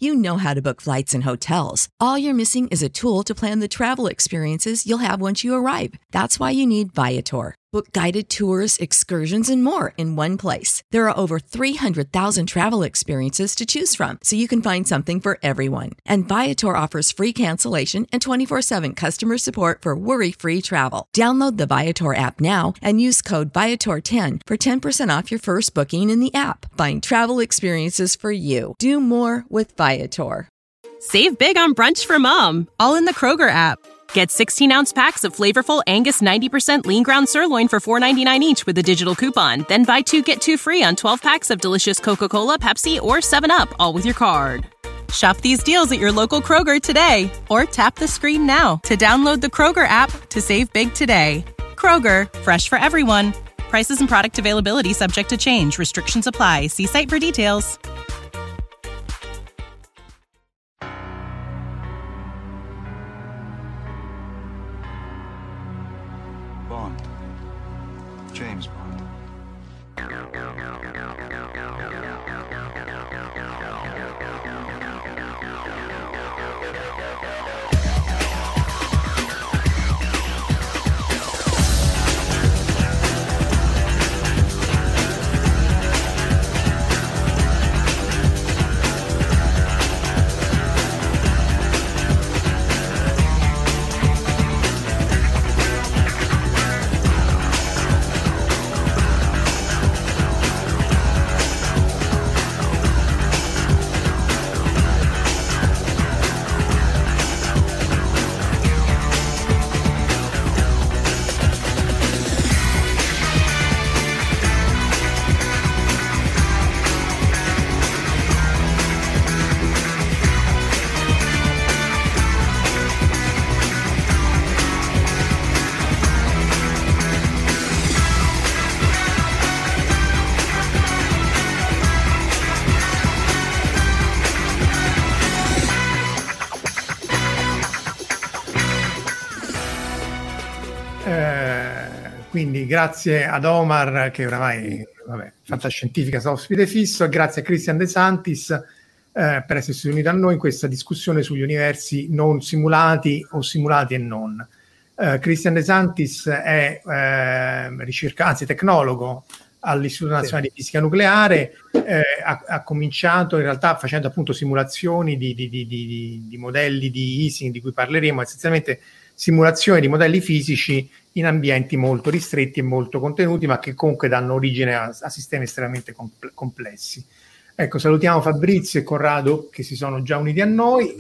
You know how to book flights and hotels. All you're missing is a tool to plan the travel experiences you'll have once you arrive. That's why you need Viator. Book guided tours, excursions, and more in one place. There are over 300,000 travel experiences to choose from, so you can find something for everyone. And Viator offers free cancellation and 24/7 customer support for worry-free travel. Download the Viator app now and use code Viator10 for 10% off your first booking in the app. Find travel experiences for you. Do more with Viator. Save big on brunch for mom, all in the Kroger app. Get 16-ounce packs of flavorful Angus 90% lean ground sirloin for $4.99 each with a digital coupon. Then buy 2, get 2 free on 12 packs of delicious Coca-Cola, Pepsi, or 7-Up, all with your card. Shop these deals at your local Kroger today, or tap the screen now to download the Kroger app to save big today. Kroger, fresh for everyone. Prices and product availability subject to change. Restrictions apply. See site for details. Bond. James Bond. Quindi grazie ad Omar, che oramai fantascientifica ospite fisso, e grazie a Christian De Santis per essersi unito a noi in questa discussione sugli universi non simulati o simulati e non. Christian De Santis è tecnologo all'Istituto Nazionale di Fisica Nucleare, ha cominciato in realtà facendo appunto simulazioni di modelli di Ising, di cui parleremo, essenzialmente simulazioni di modelli fisici in ambienti molto ristretti e molto contenuti, ma che comunque danno origine a sistemi estremamente complessi. Ecco, salutiamo Fabrizio e Corrado che si sono già uniti a noi.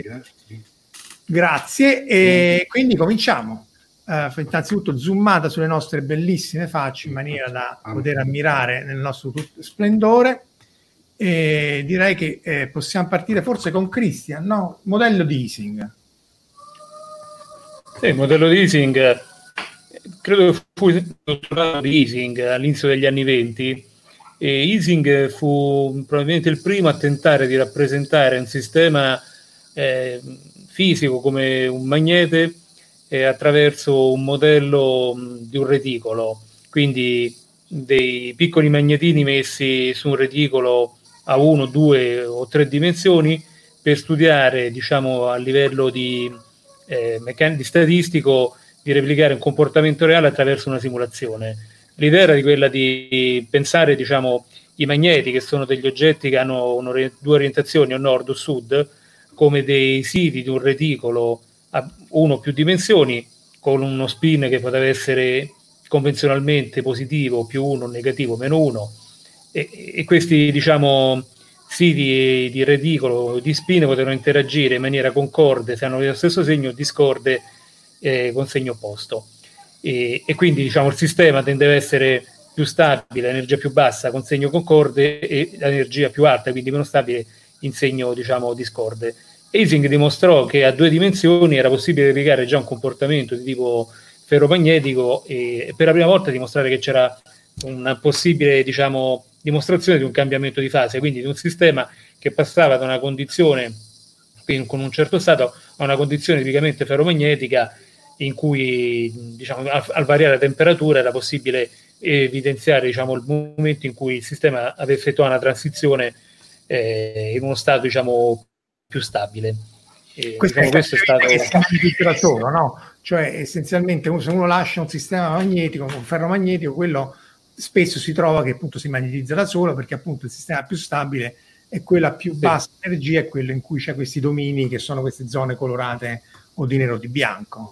Grazie. E quindi cominciamo. Innanzitutto zoomata sulle nostre bellissime facce in maniera da poter ammirare nel nostro tutto splendore. E direi che possiamo partire forse con Christian, no? Modello di Ising. Sì, il modello di Ising credo fu dottorato di Ising all'inizio degli anni 20, e Ising fu probabilmente il primo a tentare di rappresentare un sistema fisico come un magnete attraverso un modello di un reticolo, quindi dei piccoli magnetini messi su un reticolo a 1, 2 o 3 dimensioni per studiare, diciamo, a livello di statistico, di replicare un comportamento reale attraverso una simulazione. L'idea era di quella di pensare, diciamo, i magneti, che sono degli oggetti che hanno due orientazioni, o nord o sud, come dei siti di un reticolo a 1 o più dimensioni, con uno spin che poteva essere convenzionalmente positivo, più 1, negativo, meno 1, e questi, diciamo, siti di reticolo, di spin, potevano interagire in maniera concorde se hanno lo stesso segno, discorde con segno opposto, e quindi, diciamo, il sistema tendeva a essere più stabile, energia più bassa con segno concorde, e l'energia più alta, quindi meno stabile, in segno, diciamo, discorde. Ising dimostrò che a 2 dimensioni era possibile replicare già un comportamento di tipo ferromagnetico, e per la prima volta dimostrare che c'era una possibile, diciamo, dimostrazione di un cambiamento di fase, quindi di un sistema che passava da una condizione con un certo stato a una condizione tipicamente ferromagnetica, in cui, diciamo, al variare la temperatura era possibile evidenziare, diciamo, il momento in cui il sistema aveva effettuato una transizione in uno stato, diciamo, più stabile. Questo è stato che si magnetizza da solo, no? Cioè essenzialmente se uno lascia un sistema magnetico, un ferromagnetico, quello spesso si trova che appunto si magnetizza da solo, perché appunto il sistema più stabile è quello a più bassa energia, è quello in cui c'è questi domini che sono queste zone colorate o di nero o di bianco.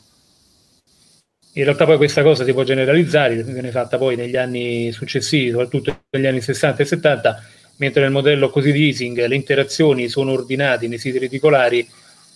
In realtà poi questa cosa si può generalizzare, viene fatta poi negli anni successivi, soprattutto negli anni 60 e 70, mentre nel modello così di Ising le interazioni sono ordinate nei siti reticolari.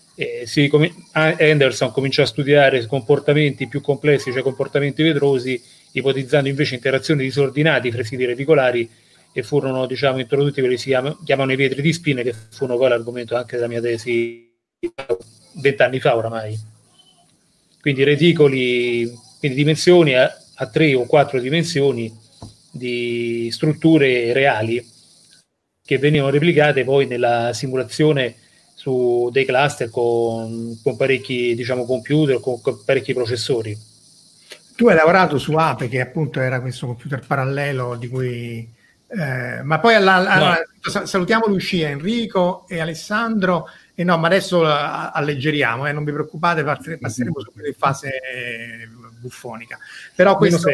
Anderson cominciò a studiare comportamenti più complessi, cioè comportamenti vetrosi, ipotizzando invece interazioni disordinate fra i siti reticolari, e furono, diciamo, introdotti quelli che si chiamano i vetri di spine, che furono poi l'argomento anche della mia tesi 20 anni fa oramai. Quindi reticoli, quindi dimensioni a 3 o 4 dimensioni di strutture reali che venivano replicate poi nella simulazione su dei cluster con parecchi, diciamo, computer, con parecchi processori. Tu hai lavorato su Ape, che appunto era questo computer parallelo di cui... ma poi salutiamo Lucia, Enrico e Alessandro. E no, ma adesso alleggeriamo, non vi preoccupate, passeremo subito in fase buffonica. Però questo,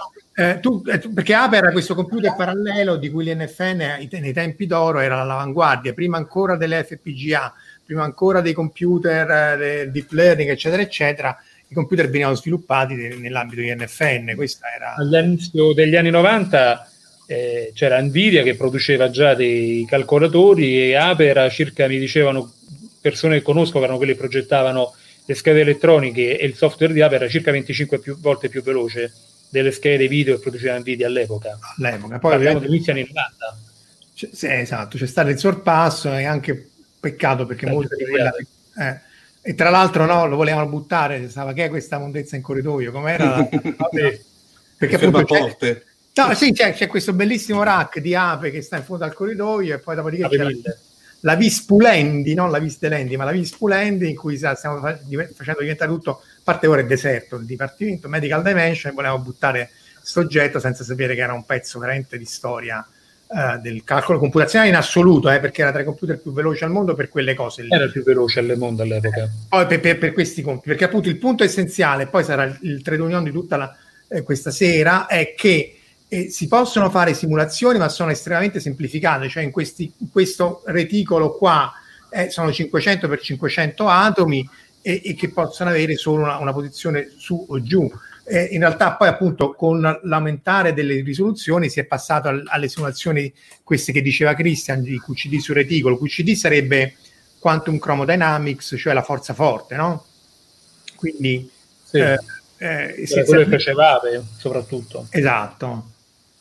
perché Ape era questo computer parallelo di cui l'NFN nei tempi d'oro era all'avanguardia, prima ancora delle FPGA, prima ancora dei computer del deep learning, eccetera, eccetera. I computer venivano sviluppati nell'ambito di NFN. Questa era... All'inizio degli anni 90 c'era Nvidia che produceva già dei calcolatori, e Ape era circa, mi dicevano persone che conosco, che erano quelli che progettavano le schede elettroniche, e il software di Ape era circa 25 volte più veloce delle schede video che produceva Nvidia all'epoca. Poi parliamo degli anni 90. Sì, esatto, c'è stato il sorpasso, e anche peccato perché molte di quella... E tra l'altro lo volevano buttare, stava che è questa mondezza in corridoio, com'era? Perché appunto c'è questo bellissimo rack di Ape che sta in fondo al corridoio, e poi dopodiché c'è la Vispulendi, non la Vistelendi, ma la Vispulendi, in cui stiamo facendo diventare tutto, a parte ora è deserto il dipartimento Medical Dimension, e volevamo buttare questo oggetto senza sapere che era un pezzo veramente di storia del calcolo computazionale in assoluto, perché era tra i computer più veloci al mondo per quelle cose lì. Era il più veloce al mondo all'epoca. Poi per questi compiti, perché appunto il punto essenziale, poi sarà il trade union di tutta questa sera, è che si possono fare simulazioni, ma sono estremamente semplificate, cioè in questo reticolo qua sono 500 per 500 atomi, e che possono avere solo una posizione su o giù. In realtà poi appunto con l'aumentare delle risoluzioni si è passato alle simulazioni, queste che diceva Christian, di QCD su reticolo. QCD sarebbe Quantum Chromodynamics, cioè la forza forte, no? Quindi quello che faceva Ape, soprattutto. Esatto.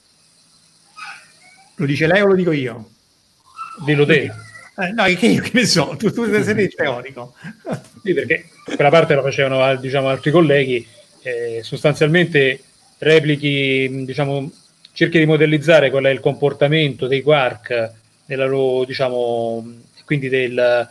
Lo dice lei o lo dico io? Dillo te. No, che io che ne so, tu sei teorico. Sì, perché quella parte la facevano, diciamo, altri colleghi. Sostanzialmente replichi, diciamo, cerchi di modellizzare qual è il comportamento dei quark nella loro, diciamo, quindi delle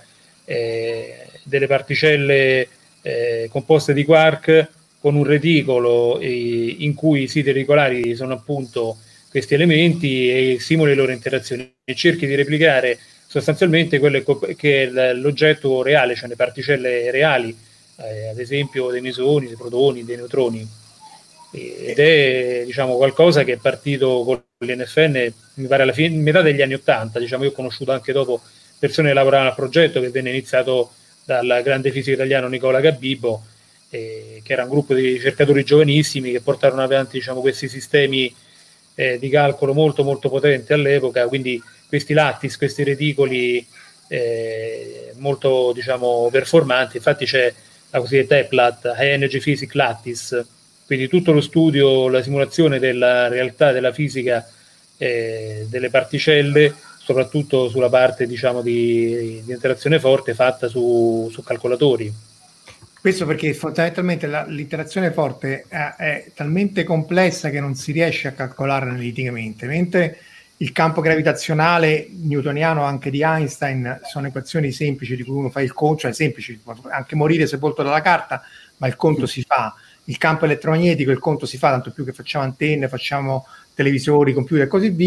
particelle composte di quark, con un reticolo in cui i siti reticolari sono appunto questi elementi, e simuli le loro interazioni, e cerchi di replicare sostanzialmente quello che è l'oggetto reale, cioè le particelle reali, ad esempio dei mesoni, dei protoni, dei neutroni. Ed è, diciamo, qualcosa che è partito con l'NFN, mi pare alla fine, metà degli anni 80. Diciamo, io ho conosciuto anche dopo persone che lavoravano al progetto, che venne iniziato dal grande fisico italiano Nicola Gabibbo, che era un gruppo di ricercatori giovanissimi che portarono avanti, diciamo, questi sistemi di calcolo molto molto potenti all'epoca. Quindi questi lattice, questi reticoli molto, diciamo, performanti. Infatti c'è la cosiddetta EPLAT, High Energy Physics Lattice, quindi tutto lo studio, la simulazione della realtà della fisica delle particelle, soprattutto sulla parte, diciamo, di interazione forte fatta su calcolatori. Questo perché fondamentalmente l'interazione forte è talmente complessa che non si riesce a calcolare analiticamente, mentre il campo gravitazionale newtoniano, anche di Einstein, sono equazioni semplici di cui uno fa il conto, cioè semplici, anche morire sepolto dalla carta, ma il conto si fa. Il campo elettromagnetico, il conto si fa, tanto più che facciamo antenne, facciamo televisori, computer e così via.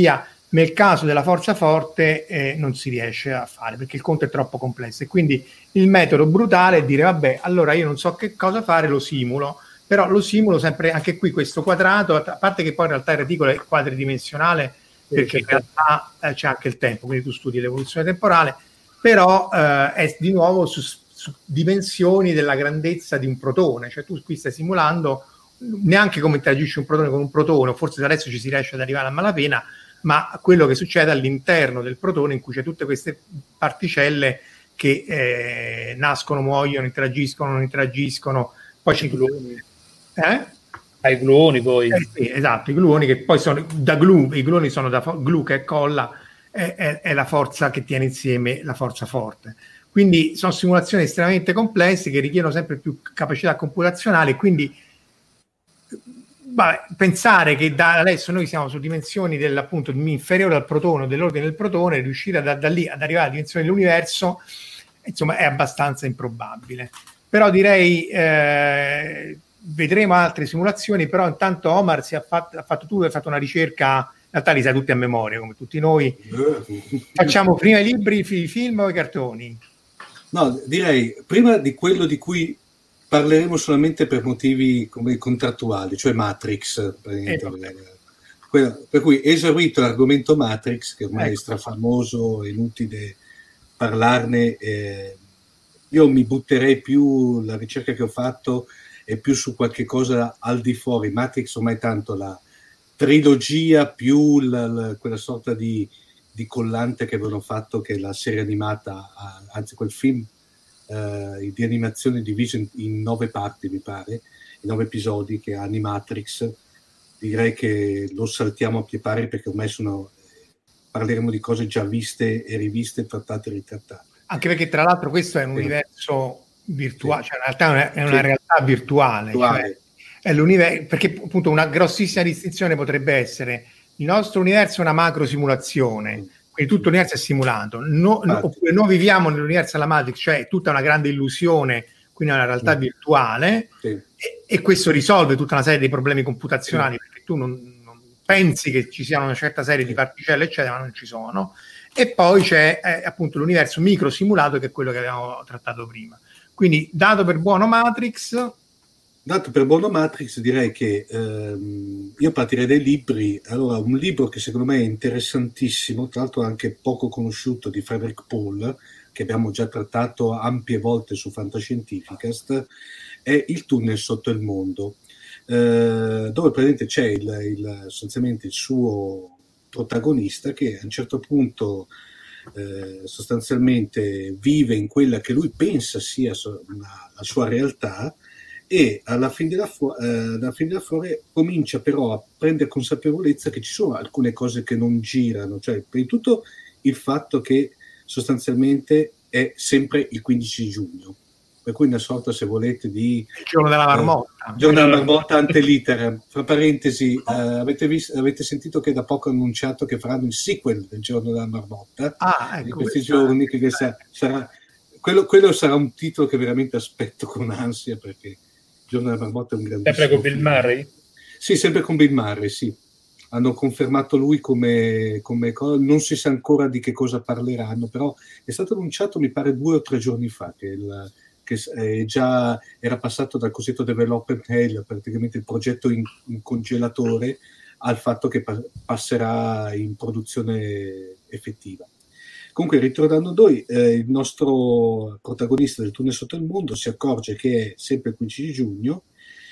Nel caso della forza forte non si riesce a fare perché il conto è troppo complesso, e quindi il metodo brutale è dire vabbè, allora io non so che cosa fare, lo simulo, però lo simulo sempre anche qui questo quadrato, a parte che poi in realtà il reticolo è quadridimensionale perché in realtà c'è anche il tempo, quindi tu studi l'evoluzione temporale, però è di nuovo su dimensioni della grandezza di un protone, cioè tu qui stai simulando neanche come interagisce un protone con un protone, o forse adesso ci si riesce ad arrivare a malapena, ma quello che succede all'interno del protone, in cui c'è tutte queste particelle che nascono, muoiono, interagiscono, non interagiscono, poi c'è i gluoni. Ai gluoni poi. Sì, esatto, i gluoni che poi sono da glue, i gluoni sono da glue che colla, è la forza che tiene insieme la forza forte. Quindi sono simulazioni estremamente complesse che richiedono sempre più capacità computazionale, quindi pensare che da adesso noi siamo su dimensioni appunto inferiori al protone, dell'ordine del protone, riuscire da lì ad arrivare alla dimensione dell'universo, insomma, è abbastanza improbabile. Però direi vedremo altre simulazioni, però intanto Omar tu hai fatto una ricerca, in realtà li sai tutti a memoria come tutti noi. Facciamo prima i libri, i film o i cartoni? No, direi prima di quello di cui parleremo solamente per motivi come contrattuali, cioè Matrix, per cui esaurito l'argomento Matrix, che ormai è strafamoso, è inutile parlarne, io mi butterei più, la ricerca che ho fatto è più su qualche cosa al di fuori. Matrix ormai tanto la trilogia più quella sorta di collante che avevano fatto, che è la serie animata, anzi quel film di animazione diviso in 9 parti, mi pare, in 9 episodi, che ha Animatrix. Direi che lo saltiamo a pie pari perché ormai parleremo di cose già viste e riviste, trattate e ritrattate. Anche perché tra l'altro questo è un universo virtuale, cioè in realtà è una realtà virtuale. Cioè è l'universo, perché appunto una grossissima distinzione potrebbe essere: il nostro universo è una macro simulazione, quindi tutto l'universo è simulato, oppure noi viviamo nell'universo della Matrix, cioè tutta una grande illusione, quindi è una realtà virtuale, e questo risolve tutta una serie di problemi computazionali, perché tu non pensi che ci sia una certa serie di particelle, eccetera, ma non ci sono. E poi c'è appunto l'universo microsimulato, che è quello che abbiamo trattato prima. Quindi, dato per buono Matrix, direi che io partirei dai libri. Allora, un libro che secondo me è interessantissimo, tra l'altro anche poco conosciuto, di Frederik Pohl, che abbiamo già trattato ampie volte su Fantascientificast, è Il tunnel sotto il mondo, dove praticamente c'è sostanzialmente il suo protagonista che a un certo punto sostanzialmente vive in quella che lui pensa sia la sua realtà, e alla fine della fuori comincia però a prendere consapevolezza che ci sono alcune cose che non girano, cioè prima di tutto il fatto che sostanzialmente è sempre il 15 giugno, per cui una sorta, se volete, di il giorno della marmotta, giorno della marmotta ante litteram. Fra parentesi, avete sentito che da poco hanno annunciato che faranno il sequel del giorno della marmotta di questi giorni, che sarà quello sarà un titolo che veramente aspetto con ansia, perché il giorno della marmotta è un grandissimo sempre con Bill Murray? Sì, sempre con Bill Murray, sì. Hanno confermato lui come non si sa ancora di che cosa parleranno, però è stato annunciato, mi pare, 2 o 3 giorni fa, che già era passato dal cosiddetto development hell, praticamente il progetto in congelatore, al fatto che passerà in produzione effettiva. Comunque, ritornando noi, il nostro protagonista del tunnel sotto il mondo si accorge che è sempre il 15 giugno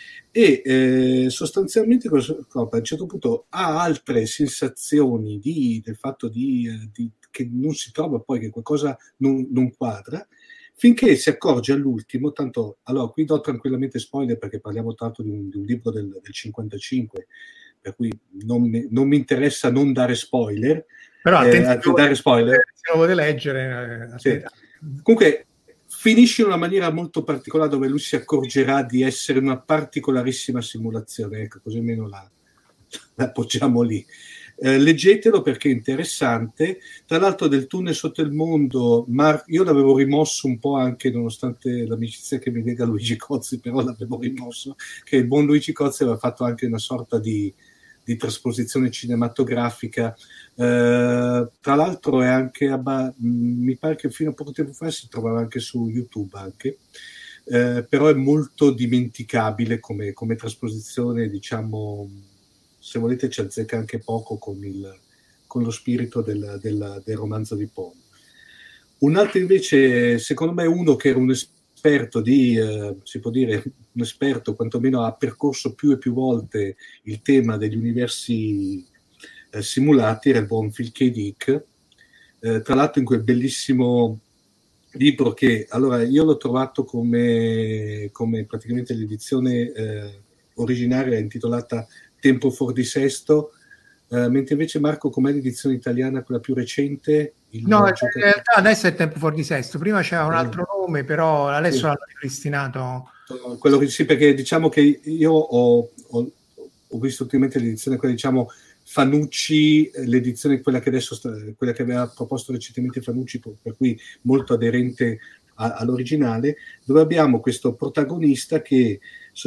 e sostanzialmente a un certo punto ha altre sensazioni del fatto che non si trova, poi che qualcosa non quadra, finché si accorge all'ultimo, tanto, allora qui do tranquillamente spoiler perché parliamo tanto di un libro del 55, per cui non mi interessa non dare spoiler, però dare spoiler. Se lo volete leggere, sì. Comunque finisce in una maniera molto particolare, dove lui si accorgerà di essere una particolarissima simulazione, ecco, così almeno la appoggiamo lì. Leggetelo perché è interessante. Tra l'altro del tunnel sotto il mondo, io l'avevo rimosso un po', anche nonostante l'amicizia che mi lega Luigi Cozzi, però l'avevo rimosso, che il buon Luigi Cozzi aveva fatto anche una sorta di di trasposizione cinematografica. Tra l'altro è anche mi pare che fino a poco tempo fa si trovava anche su YouTube anche, però è molto dimenticabile come trasposizione, diciamo, se volete ci azzecca anche poco con lo spirito del romanzo di Poe. Un altro invece, secondo me, uno che era un esperto si può dire un esperto, quantomeno ha percorso più e più volte il tema degli universi simulati, era il buon Phil K. Dick, tra l'altro in quel bellissimo libro che, allora, io l'ho trovato come praticamente l'edizione originaria intitolata Tempo for di Sesto, mentre invece Marco, com'è l'edizione italiana, quella più recente? No, in realtà adesso è Tempo for di Sesto, prima c'era un altro nome, però adesso l'hanno ripristinato. Quello che sì, perché diciamo che io ho visto ultimamente l'edizione, quella, diciamo, Fanucci, l'edizione quella che aveva proposto recentemente Fanucci, per cui molto aderente all'originale, dove abbiamo questo protagonista che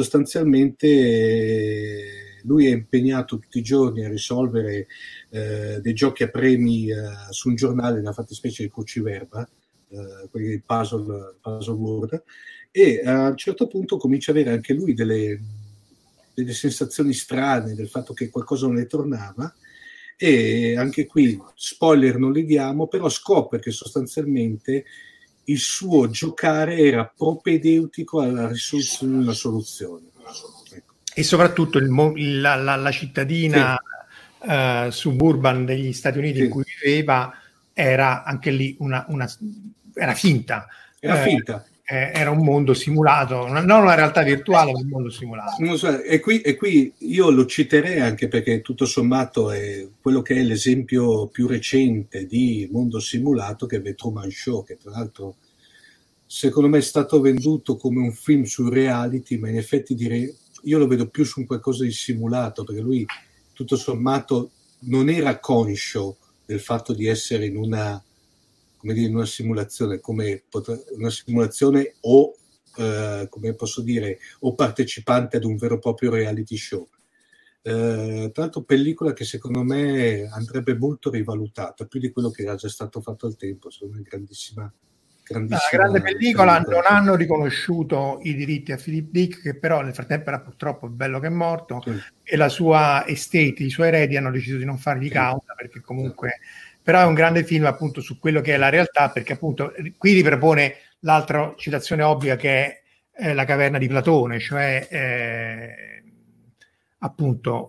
sostanzialmente lui è impegnato tutti i giorni a risolvere dei giochi a premi su un giornale, nella fattispecie di Cruciverba, quelli del puzzle world, e a un certo punto comincia ad avere anche lui delle sensazioni strane del fatto che qualcosa non le tornava, e anche qui spoiler non li diamo, però scopre che sostanzialmente il suo giocare era propedeutico alla risoluzione di una soluzione. Ecco. E soprattutto la cittadina suburban degli Stati Uniti in cui viveva era anche lì era finta. Era finta. Era un mondo simulato, non una realtà virtuale, ma un mondo simulato. E qui io lo citerei anche perché tutto sommato è quello che è l'esempio più recente di mondo simulato, che è The Truman Show, che tra l'altro secondo me è stato venduto come un film su reality, ma in effetti direi io lo vedo più su un qualcosa di simulato, perché lui tutto sommato non era conscio del fatto di essere in una simulazione, come una simulazione o come posso dire, o partecipante ad un vero e proprio reality show. Tra l'altro pellicola che secondo me andrebbe molto rivalutata, più di quello che era già stato fatto al tempo. Secondo me grandissima una grande pellicola. Non hanno riconosciuto i diritti a Philip Dick, che però nel frattempo era purtroppo bello che è morto, e la sua estate, i suoi eredi hanno deciso di non fargli causa, perché comunque però è un grande film appunto su quello che è la realtà, perché appunto qui ripropone l'altra citazione ovvia che è la caverna di Platone, cioè appunto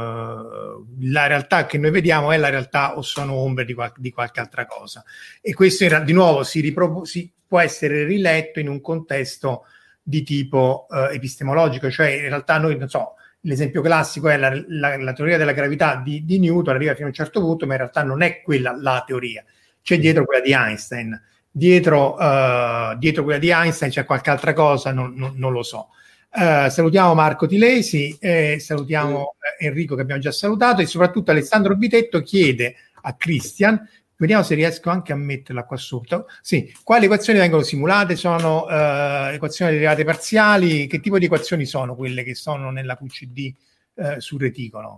la realtà che noi vediamo è la realtà o sono ombre di qualche altra cosa, e questo di nuovo si può essere riletto in un contesto di tipo epistemologico, cioè in realtà noi, non so, l'esempio classico è la teoria della gravità di Newton, arriva fino a un certo punto, ma in realtà non è quella la teoria, c'è dietro quella di Einstein, dietro quella di Einstein c'è qualche altra cosa, non lo so. Salutiamo Marco Tilesi, salutiamo Enrico che abbiamo già salutato, e soprattutto Alessandro Bitetto chiede a Christian, vediamo se riesco anche a metterla qua sotto, sì, quali equazioni vengono simulate? Sono equazioni derivate parziali? Che tipo di equazioni sono quelle che sono nella QCD sul reticolo?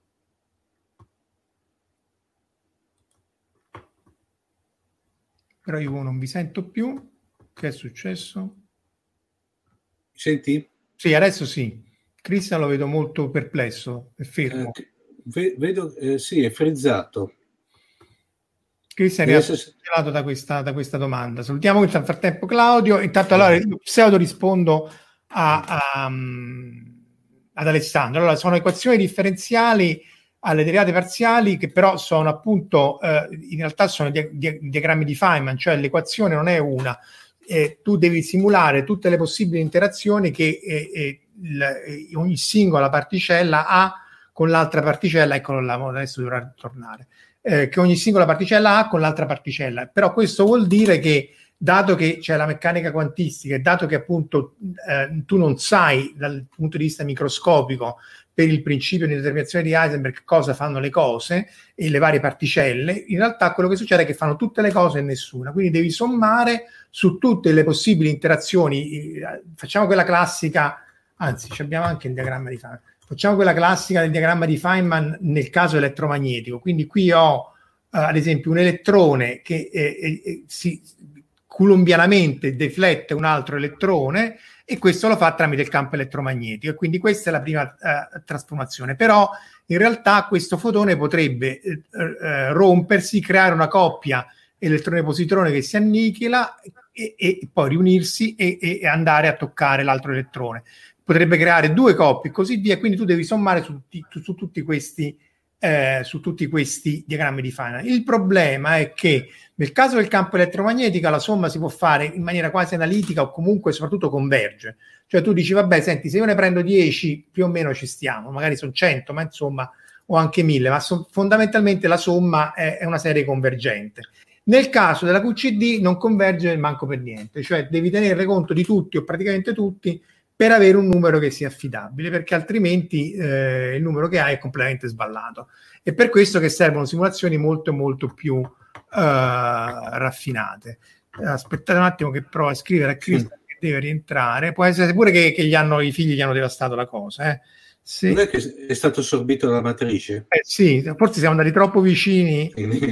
Però io non vi sento più. Che è successo? Senti? Sì, adesso sì. Cristian lo vedo molto perplesso, è fermo. Vedo, sì, è frizzato. Cristian è affascinato da questa domanda. Salutiamo nel frattempo Claudio. Intanto allora io pseudo rispondo ad Alessandro. Allora, sono equazioni differenziali alle derivate parziali che però sono appunto in realtà sono diagrammi di Feynman, cioè l'equazione non è una. Tu devi simulare tutte le possibili interazioni che ogni singola particella ha con l'altra particella. Eccolo là, adesso dovrà tornare. Che ogni singola particella ha con l'altra particella. Però questo vuol dire che, dato che c'è la meccanica quantistica e dato che appunto tu non sai dal punto di vista microscopico per il principio di determinazione di Heisenberg cosa fanno le cose e le varie particelle, in realtà quello che succede è che fanno tutte le cose e nessuna, quindi devi sommare su tutte le possibili interazioni. Facciamo quella classica, anzi abbiamo anche il diagramma di Feynman, facciamo quella classica del diagramma di Feynman nel caso elettromagnetico. Quindi qui ho ad esempio un elettrone che si coulombianamente deflette un altro elettrone, e questo lo fa tramite il campo elettromagnetico, e quindi questa è la prima trasformazione. Però in realtà questo fotone potrebbe rompersi, creare una coppia elettrone-positrone che si annichila e poi riunirsi e andare a toccare l'altro elettrone. Potrebbe creare due coppie e così via, quindi tu devi sommare su tutti questi diagrammi di Feynman. Il problema è che nel caso del campo elettromagnetico la somma si può fare in maniera quasi analitica, o comunque soprattutto converge. Cioè tu dici, vabbè, senti, se io ne prendo 10 più o meno ci stiamo, magari sono 100, ma insomma, o anche 1000, ma fondamentalmente la somma è una serie convergente. Nel caso della QCD non converge manco per niente, cioè devi tenere conto di tutti o praticamente tutti per avere un numero che sia affidabile, perché altrimenti il numero che hai è completamente sballato. E per questo che servono simulazioni molto molto più raffinate. Aspettate un attimo che provo a scrivere a Cristian che deve rientrare. Può essere pure che i figli gli hanno devastato la cosa. Sì. Non è che è stato assorbito dalla matrice? Sì, forse siamo andati troppo vicini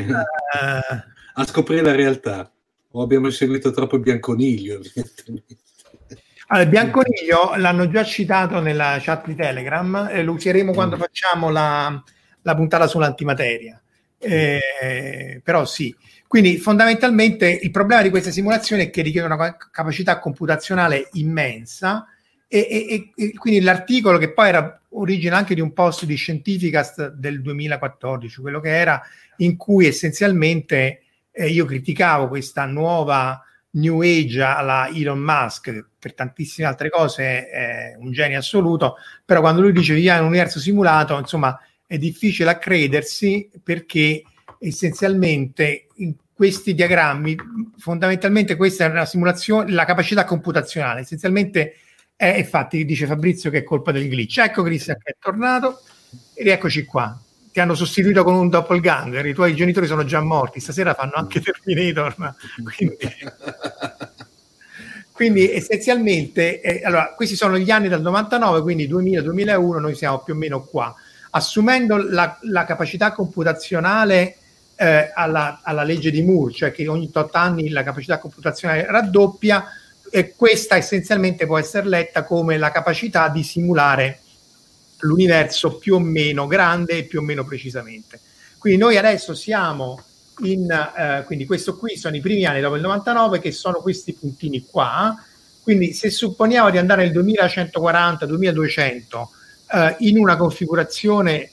a scoprire la realtà, o abbiamo seguito troppo il bianconiglio. Allora, il bianconiglio l'hanno già citato nella chat di Telegram, lo useremo quando facciamo la puntata sull'antimateria. Però sì, quindi fondamentalmente il problema di queste simulazioni è che richiedono una capacità computazionale immensa, e quindi l'articolo, che poi era origine anche di un post di Scientificast del 2014, quello che era, in cui essenzialmente io criticavo questa nuova New Age alla Elon Musk, che per tantissime altre cose è un genio assoluto, però quando lui dice viviamo in un universo simulato, insomma, è difficile a credersi, perché essenzialmente in questi diagrammi, fondamentalmente questa è una simulazione, la capacità computazionale essenzialmente è, infatti dice Fabrizio che è colpa del glitch. Ecco Cristian che è tornato, e rieccoci qua. Ti hanno sostituito con un doppelganger, i tuoi genitori sono già morti, stasera fanno anche Terminator, quindi essenzialmente allora questi sono gli anni dal 99, quindi 2000-2001 noi siamo più o meno qua, assumendo la capacità computazionale alla legge di Moore, cioè che ogni 8 anni la capacità computazionale raddoppia, e questa essenzialmente può essere letta come la capacità di simulare l'universo più o meno grande e più o meno precisamente. Quindi noi adesso siamo quindi questo qui sono i primi anni dopo il 99, che sono questi puntini qua. Quindi se supponiamo di andare nel 2140-2200 in una configurazione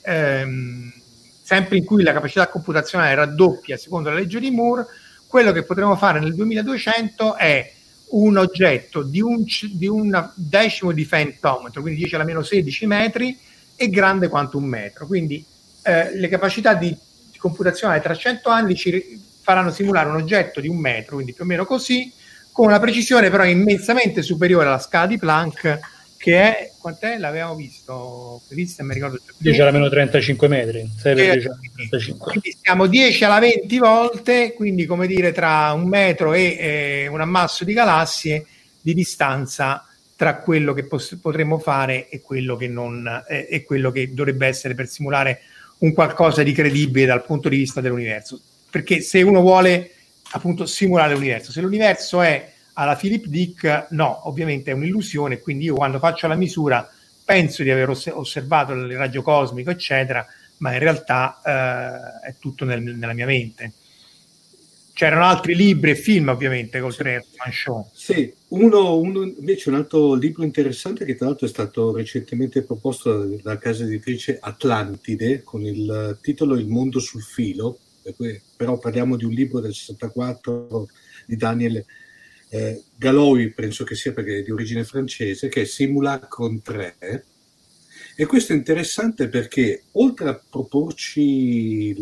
sempre in cui la capacità computazionale raddoppia secondo la legge di Moore, quello che potremo fare nel 2200 è un oggetto di un decimo di femtometro, quindi 10 alla meno 16 metri, e grande quanto un metro. Quindi le capacità di computazionale tra 100 anni ci faranno simulare un oggetto di un metro, quindi più o meno così, con una precisione però immensamente superiore alla scala di Planck, che è, quant'è? L'avevamo visto, Cristian, mi ricordo. 10 alla meno 35 metri, 6 per 10 alla 35. Quindi siamo 10 alla 20 volte, quindi come dire tra un metro e un ammasso di galassie di distanza tra quello che potremmo fare e quello che non è quello che dovrebbe essere per simulare un qualcosa di credibile dal punto di vista dell'universo. Perché se uno vuole appunto simulare l'universo, se l'universo è alla Philip Dick, no, ovviamente è un'illusione, quindi io quando faccio la misura penso di aver osservato il raggio cosmico, eccetera, ma in realtà è tutto nella mia mente. C'erano altri libri e film, ovviamente, oltre a Man Show. Sì, uno invece, un altro libro interessante che tra l'altro è stato recentemente proposto dalla casa editrice Atlantide, con il titolo Il mondo sul filo, però parliamo di un libro del 64 di Daniel Galois, penso che sia, perché è di origine francese, che è Simulacron 3. E questo è interessante perché, oltre a proporci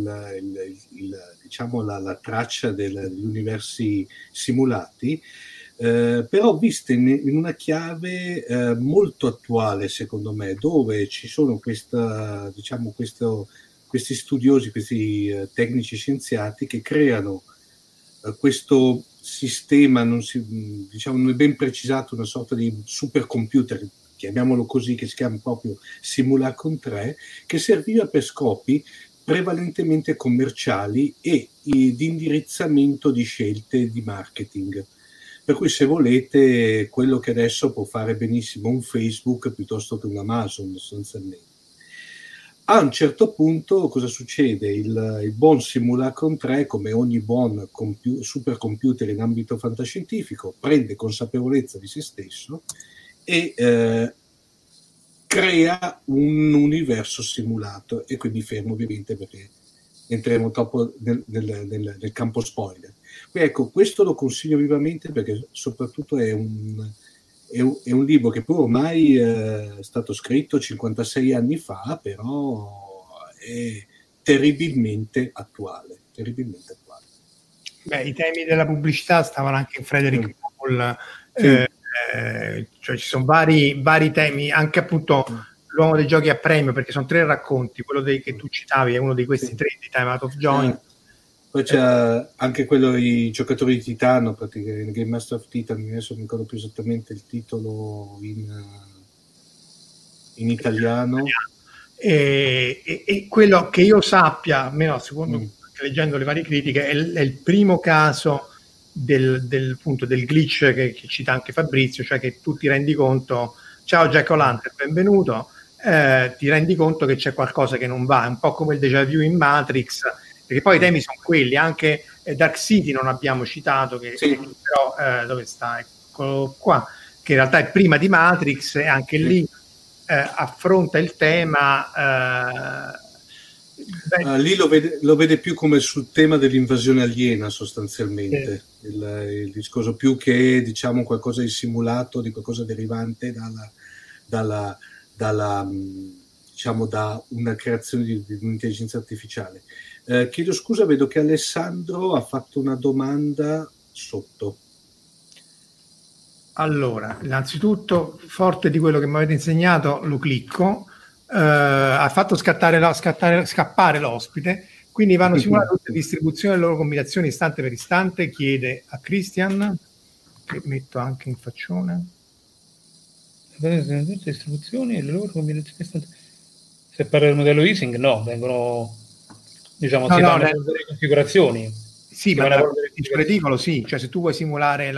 diciamo la traccia degli universi simulati, però viste in una chiave molto attuale, secondo me, dove ci sono questi studiosi, questi tecnici scienziati che creano questo sistema, non è ben precisato, una sorta di supercomputer, chiamiamolo così, che si chiama proprio Simulacron 3, che serviva per scopi prevalentemente commerciali e di indirizzamento di scelte di marketing. Per cui, se volete, quello che adesso può fare benissimo un Facebook piuttosto che un Amazon, sostanzialmente. A un certo punto cosa succede? Il buon Simulacron 3, come ogni buon supercomputer in ambito fantascientifico, prende consapevolezza di se stesso e crea un universo simulato, e qui mi fermo ovviamente perché entreremo troppo nel campo spoiler. Quindi, ecco, questo lo consiglio vivamente, perché soprattutto è un libro che poi ormai è stato scritto 56 anni fa, però è terribilmente attuale. Beh, i temi della pubblicità stavano anche in Frederick Paul, cioè ci sono vari temi, anche appunto l'uomo dei giochi a premio, perché sono 3 racconti, quello che tu citavi è uno di questi 3 di Time Out of Joint. Poi c'è anche quello i giocatori di Titano, praticamente Game Master of Titan, adesso non ricordo più esattamente il titolo in italiano. E quello che io sappia, almeno secondo leggendo le varie critiche, è il primo caso del glitch che cita anche Fabrizio, cioè che tu ti rendi conto, ciao Jack O'Lantern, benvenuto, ti rendi conto che c'è qualcosa che non va, è un po' come il déjà vu in Matrix, perché poi i temi sono quelli. Anche Dark City non abbiamo citato, che però dove sta? Eccolo qua, che in realtà è prima di Matrix, e anche lì affronta il tema lì lo vede più come sul tema dell'invasione aliena, sostanzialmente, il discorso, più che, diciamo, qualcosa di simulato, di qualcosa derivante dalla diciamo, da una creazione di un'intelligenza artificiale. Chiedo scusa, vedo che Alessandro ha fatto una domanda sotto. Allora, innanzitutto, forte di quello che mi avete insegnato, lo clicco. Ha fatto scappare l'ospite, quindi vanno simulate tutte le distribuzioni e le loro combinazioni istante per istante. Chiede a Christian, che metto anche in faccione, tutte le distribuzioni e le loro combinazioni istantanee. Se parla del modello easing, no, vengono, diciamo, si fanno delle configurazioni. Sì, ma il suo reticolo sì, cioè se tu vuoi simulare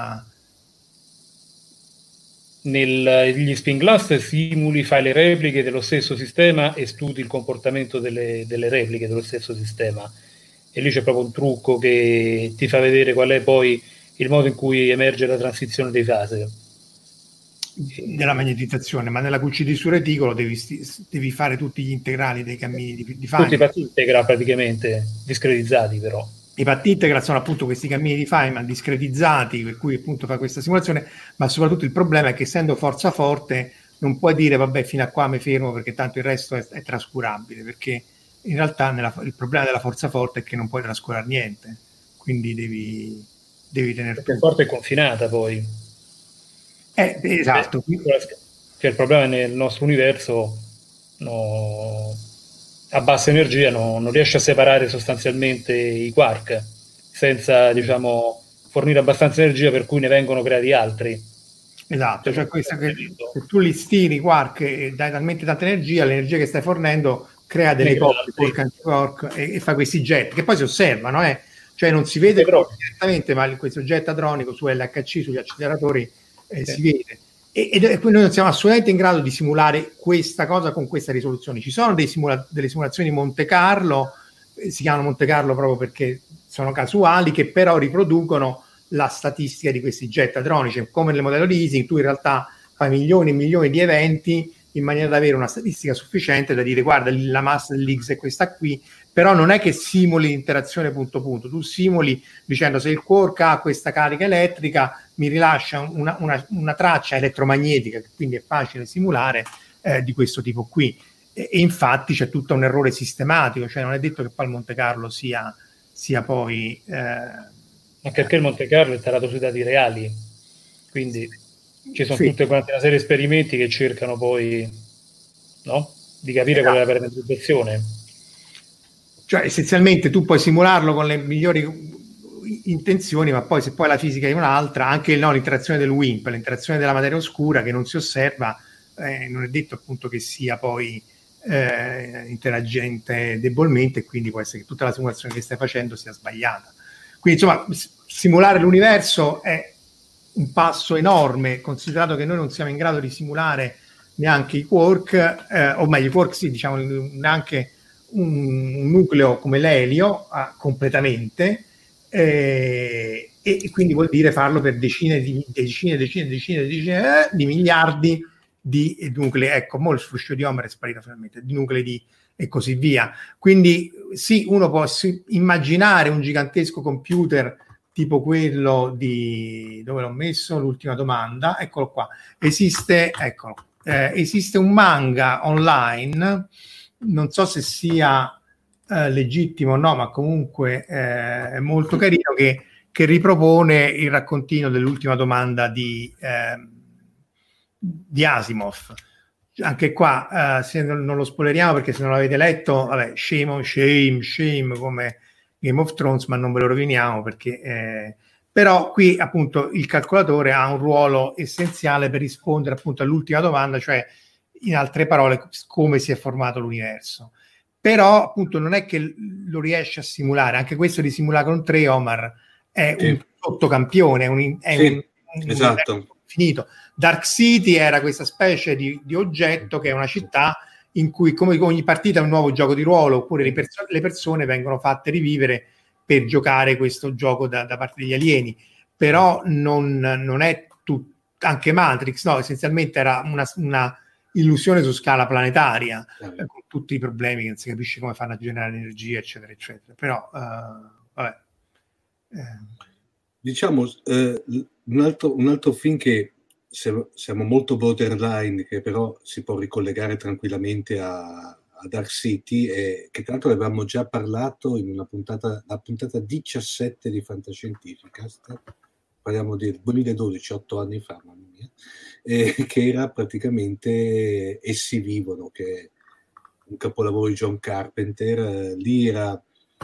negli Spin Glass simuli, fai le repliche dello stesso sistema e studi il comportamento delle repliche dello stesso sistema, e lì c'è proprio un trucco che ti fa vedere qual è poi il modo in cui emerge la transizione di fase della magnetizzazione. Ma nella QCD su reticolo devi fare tutti gli integrali dei cammini di fase. Tutti i patti integra praticamente, discretizzati però. I patti integra sono appunto questi cammini di Feynman discretizzati, per cui appunto fa questa simulazione, ma soprattutto il problema è che, essendo forza forte, non puoi dire vabbè, fino a qua mi fermo perché tanto il resto è trascurabile, perché in realtà il problema della forza forte è che non puoi trascurare niente, quindi devi tenere perché forte è confinata poi. Esatto. Cioè, il problema nel nostro universo a bassa energia non riesce a separare sostanzialmente i quark senza, diciamo, fornire abbastanza energia per cui ne vengono creati altri. Esatto, cioè questo che se tu li stiri i quark e dai talmente tanta energia, l'energia che stai fornendo crea delle coppie quark e fa questi jet che poi si osservano, cioè non si vede direttamente, ma questo jet hadronico su LHC, sugli acceleratori si vede. E noi non siamo assolutamente in grado di simulare questa cosa con questa risoluzione. Ci sono delle simulazioni Monte Carlo, si chiamano Monte Carlo proprio perché sono casuali, che però riproducono la statistica di questi jet hadronici. Come nel modello di Ising, tu in realtà fai milioni e milioni di eventi in maniera da avere una statistica sufficiente da dire guarda, la massa dell'X è questa qui, però non è che simuli l'interazione punto punto, tu simuli dicendo se il quark ha questa carica elettrica mi rilascia una traccia elettromagnetica, che quindi è facile simulare, di questo tipo qui, e infatti c'è tutto un errore sistematico, cioè non è detto che poi il Monte Carlo sia poi anche perché il Monte Carlo è tarato sui dati reali, quindi ci sono tutte quante una serie di esperimenti che cercano poi, no, di capire qual è la parametrizzazione. Cioè essenzialmente tu puoi simularlo con le migliori intenzioni, ma poi se poi la fisica è un'altra, anche l'interazione del WIMP, l'interazione della materia oscura che non si osserva, non è detto appunto che sia poi interagente debolmente, e quindi può essere che tutta la simulazione che stai facendo sia sbagliata. Quindi insomma simulare l'universo è un passo enorme, considerato che noi non siamo in grado di simulare neanche i quark, o meglio i quark sì, diciamo neanche un nucleo come l'elio completamente, e quindi vuol dire farlo per decine di miliardi di nuclei. Ecco, mo il fruscio di Homer è sparito finalmente, di nuclei e così via. Quindi sì, uno può immaginare un gigantesco computer tipo quello dove l'ho messo, l'ultima domanda, eccolo qua, esiste un manga online, non so se sia legittimo o no, ma comunque è molto carino, che ripropone il raccontino dell'ultima domanda di Asimov. Anche qua se non lo spoileriamo, perché se non l'avete letto, vabbè, shame come Game of Thrones, ma non ve lo roviniamo, perché però qui appunto il calcolatore ha un ruolo essenziale per rispondere appunto all'ultima domanda, cioè in altre parole come si è formato l'universo. Però appunto non è che lo riesce a simulare, anche questo di Simulacron 3, Omar, è un sottocampione, esatto, finito. Dark City era questa specie di oggetto che è una città in cui, come ogni partita, è un nuovo gioco di ruolo, oppure le persone vengono fatte rivivere per giocare questo gioco da parte degli alieni. Però non è tutto. Anche Matrix, no, essenzialmente era una illusione su scala planetaria, con tutti i problemi che non si capisce come fanno a generare energia, eccetera, eccetera. Però, vabbè. Diciamo, un altro film che siamo molto borderline, che però si può ricollegare tranquillamente a Dark City, che tra l'altro avevamo già parlato in la puntata 17 di Fantascientificast, parliamo del 2012, 8 anni fa, mamma mia, che era praticamente Essi vivono, che è un capolavoro di John Carpenter. Lì era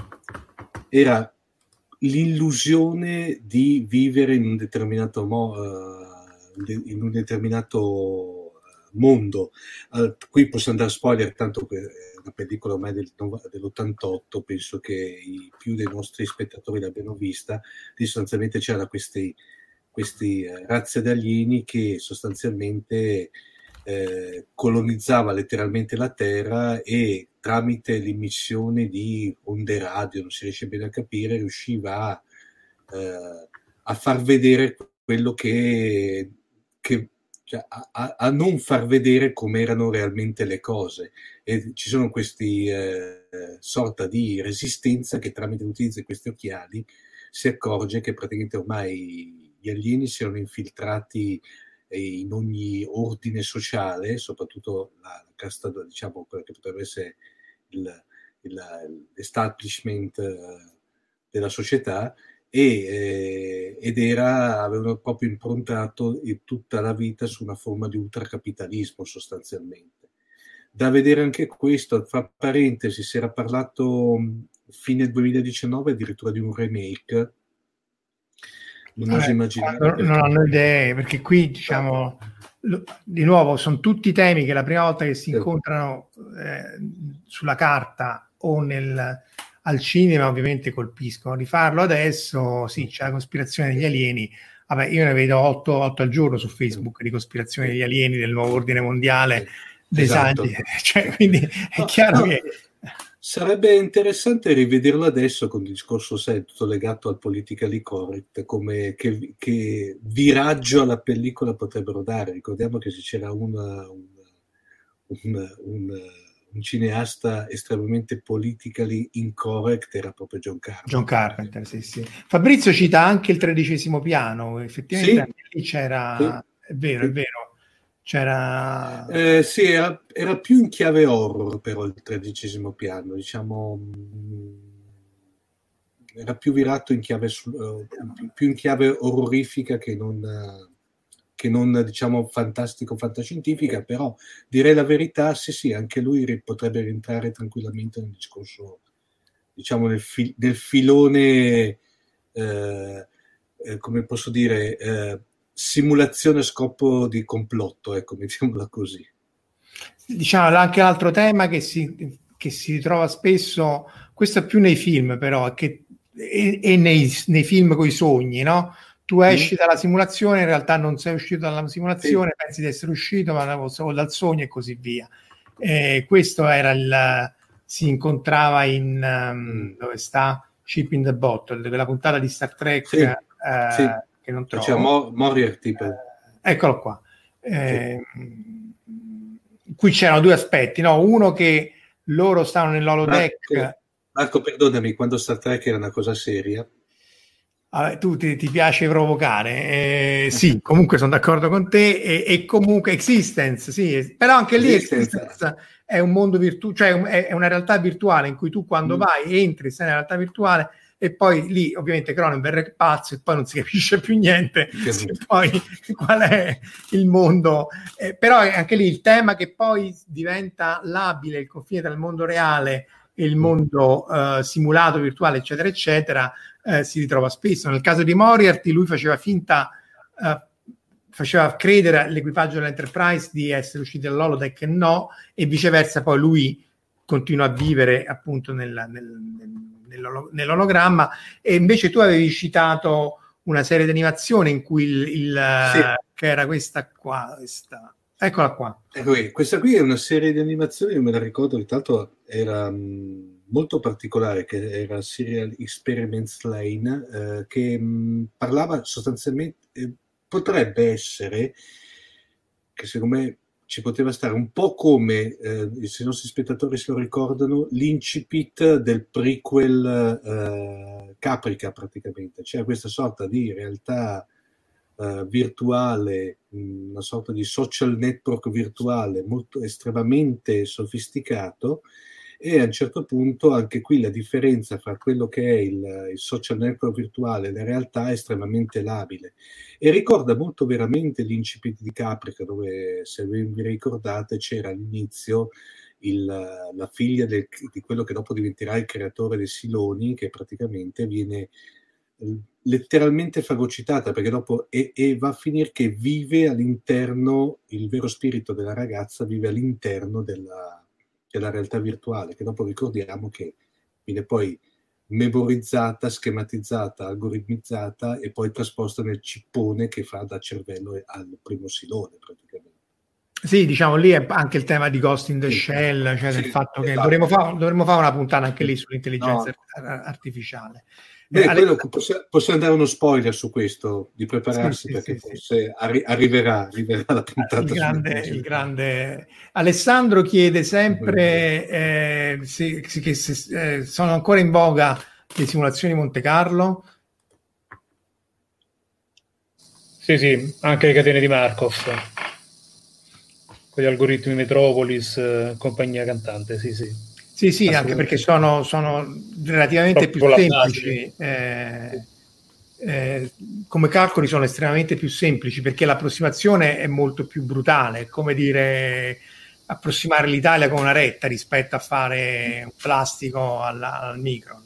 l'illusione di vivere in un determinato mondo. Qui posso andare a spoiler, tanto che è una pellicola ormai dell'88, penso che più dei nostri spettatori l'abbiano vista. Lì sostanzialmente c'era questi razze di alieni che sostanzialmente colonizzava letteralmente la Terra, e tramite l'emissione di onde radio, non si riesce bene a capire, riusciva a far vedere quello cioè, a non far vedere come erano realmente le cose. E ci sono questi sorta di resistenza che tramite l'utilizzo di questi occhiali si accorge che praticamente ormai gli alieni si erano infiltrati in ogni ordine sociale, soprattutto la casta, diciamo, quella che potrebbe essere l'establishment della società, ed avevano proprio improntato tutta la vita su una forma di ultracapitalismo, sostanzialmente. Da vedere anche questo. Fra parentesi, si era parlato fine 2019 addirittura di un remake. Non oso immaginare. Non hanno idee, perché qui diciamo di nuovo sono tutti temi che la prima volta che si incontrano sulla carta o al cinema ovviamente colpiscono. Rifarlo adesso, sì, c'è la cospirazione degli alieni. Vabbè, io ne vedo 8 al giorno su Facebook di cospirazione degli alieni, del nuovo ordine mondiale, esatto. Cioè, quindi è chiaro che sarebbe interessante rivederlo adesso, con il discorso tutto legato al politically correct, come che viraggio alla pellicola potrebbero dare. Ricordiamo che se c'era un cineasta estremamente politically incorrect era proprio John Carpenter. Sì. Fabrizio cita anche il 13° piano, effettivamente anche lì c'era, sì. È vero, c'era... sì, era più in chiave horror, però il 13° piano, diciamo, era più virato in chiave più in chiave orrorifica che non diciamo fantascientifica, però direi la verità, sì, anche lui potrebbe rientrare tranquillamente nel discorso, diciamo, nel filone come posso dire, simulazione a scopo di complotto, ecco, mettiamola così. Diciamo anche l'altro tema che si ritrova spesso, questo è più nei film però, e nei film coi sogni, no? Tu esci dalla simulazione, in realtà non sei uscito dalla simulazione, pensi di essere uscito o dal sogno e così via. Questo era si incontrava in dove sta Chip in the Bottle, quella puntata di Star Trek che non trovo. C'è Moriarty. Eccolo qua. Qui c'erano due aspetti, no? Uno che loro stavano nell'holodeck. Marco, perdonami, quando Star Trek era una cosa seria. Tu ti piace provocare, sì, comunque sono d'accordo con te, e comunque Existence, sì, però anche lì Existence è un mondo virtuale, cioè è una realtà virtuale in cui tu quando vai, entri, stai nella realtà virtuale e poi lì ovviamente Cronenberg è pazzo e poi non si capisce più niente, poi qual è il mondo, però è anche lì il tema che poi diventa labile, il confine tra il mondo reale e il mondo simulato, virtuale, eccetera, eccetera, si ritrova spesso. Nel caso di Moriarty lui faceva finta, faceva credere all'equipaggio dell'Enterprise di essere usciti dall'holodeck e no, e viceversa poi lui continua a vivere appunto nell'ologramma. E invece tu avevi citato una serie di animazione in cui che era questa qua, eccola qua. Questa qui è una serie di animazioni, io me la ricordo, che tanto era molto particolare, che era Serial Experiments Lane, che parlava sostanzialmente, potrebbe essere, che secondo me ci poteva stare un po' come, se i nostri spettatori se lo ricordano, l'incipit del prequel Caprica praticamente, cioè questa sorta di realtà virtuale, una sorta di social network virtuale molto estremamente sofisticato. E a un certo punto anche qui la differenza fra quello che è il social network virtuale e la realtà è estremamente labile, e ricorda molto veramente l'incipit di Caprica, dove, se vi ricordate, c'era all'inizio la figlia di quello che dopo diventerà il creatore dei Siloni, che praticamente viene letteralmente fagocitata, perché dopo e va a finire che vive all'interno, il vero spirito della ragazza vive all'interno della realtà virtuale, che dopo ricordiamo che viene poi memorizzata, schematizzata, algoritmizzata e poi trasposta nel cippone che fa da cervello al primo silone praticamente. Sì, diciamo lì è anche il tema di Ghost in the Shell, cioè del fatto che dovremmo fare una puntata anche lì sull'intelligenza artificiale. Quello possiamo dare uno spoiler su questo, di prepararsi, perché forse arriverà la puntata. Il grande Alessandro chiede sempre se sono ancora in voga le simulazioni Monte Carlo. Sì, anche le catene di Markov, con gli algoritmi Metropolis, compagnia cantante, sì, anche perché sono relativamente più semplici, come calcoli sono estremamente più semplici, perché l'approssimazione è molto più brutale, è come dire approssimare l'Italia con una retta rispetto a fare un plastico al micron.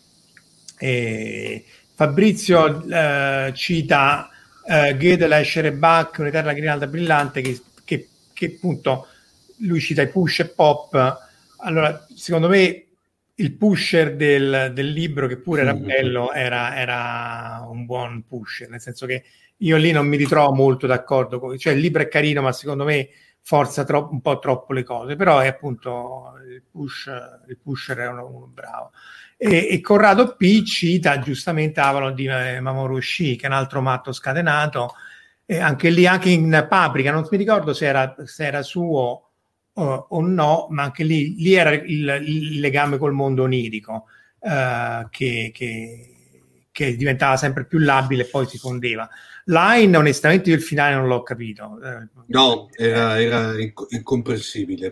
Fabrizio cita Gödel, Escher e Bach, un'eterna grinalda brillante, che appunto lui cita i push e pop. Allora, secondo me il pusher del libro, che pure era bello, era un buon pusher, nel senso che io lì non mi ritrovo molto d'accordo cioè il libro è carino, ma secondo me forza un po' troppo le cose, però è appunto il pusher era uno bravo. E Corrado P cita giustamente Avalon di Mamoru Oshii, che è un altro matto scatenato, e anche lì, anche in Paprika, non mi ricordo se era suo o no, ma anche lì era il legame col mondo onirico, che diventava sempre più labile e poi si fondeva. Line, onestamente io il finale non l'ho capito. No, era incomprensibile.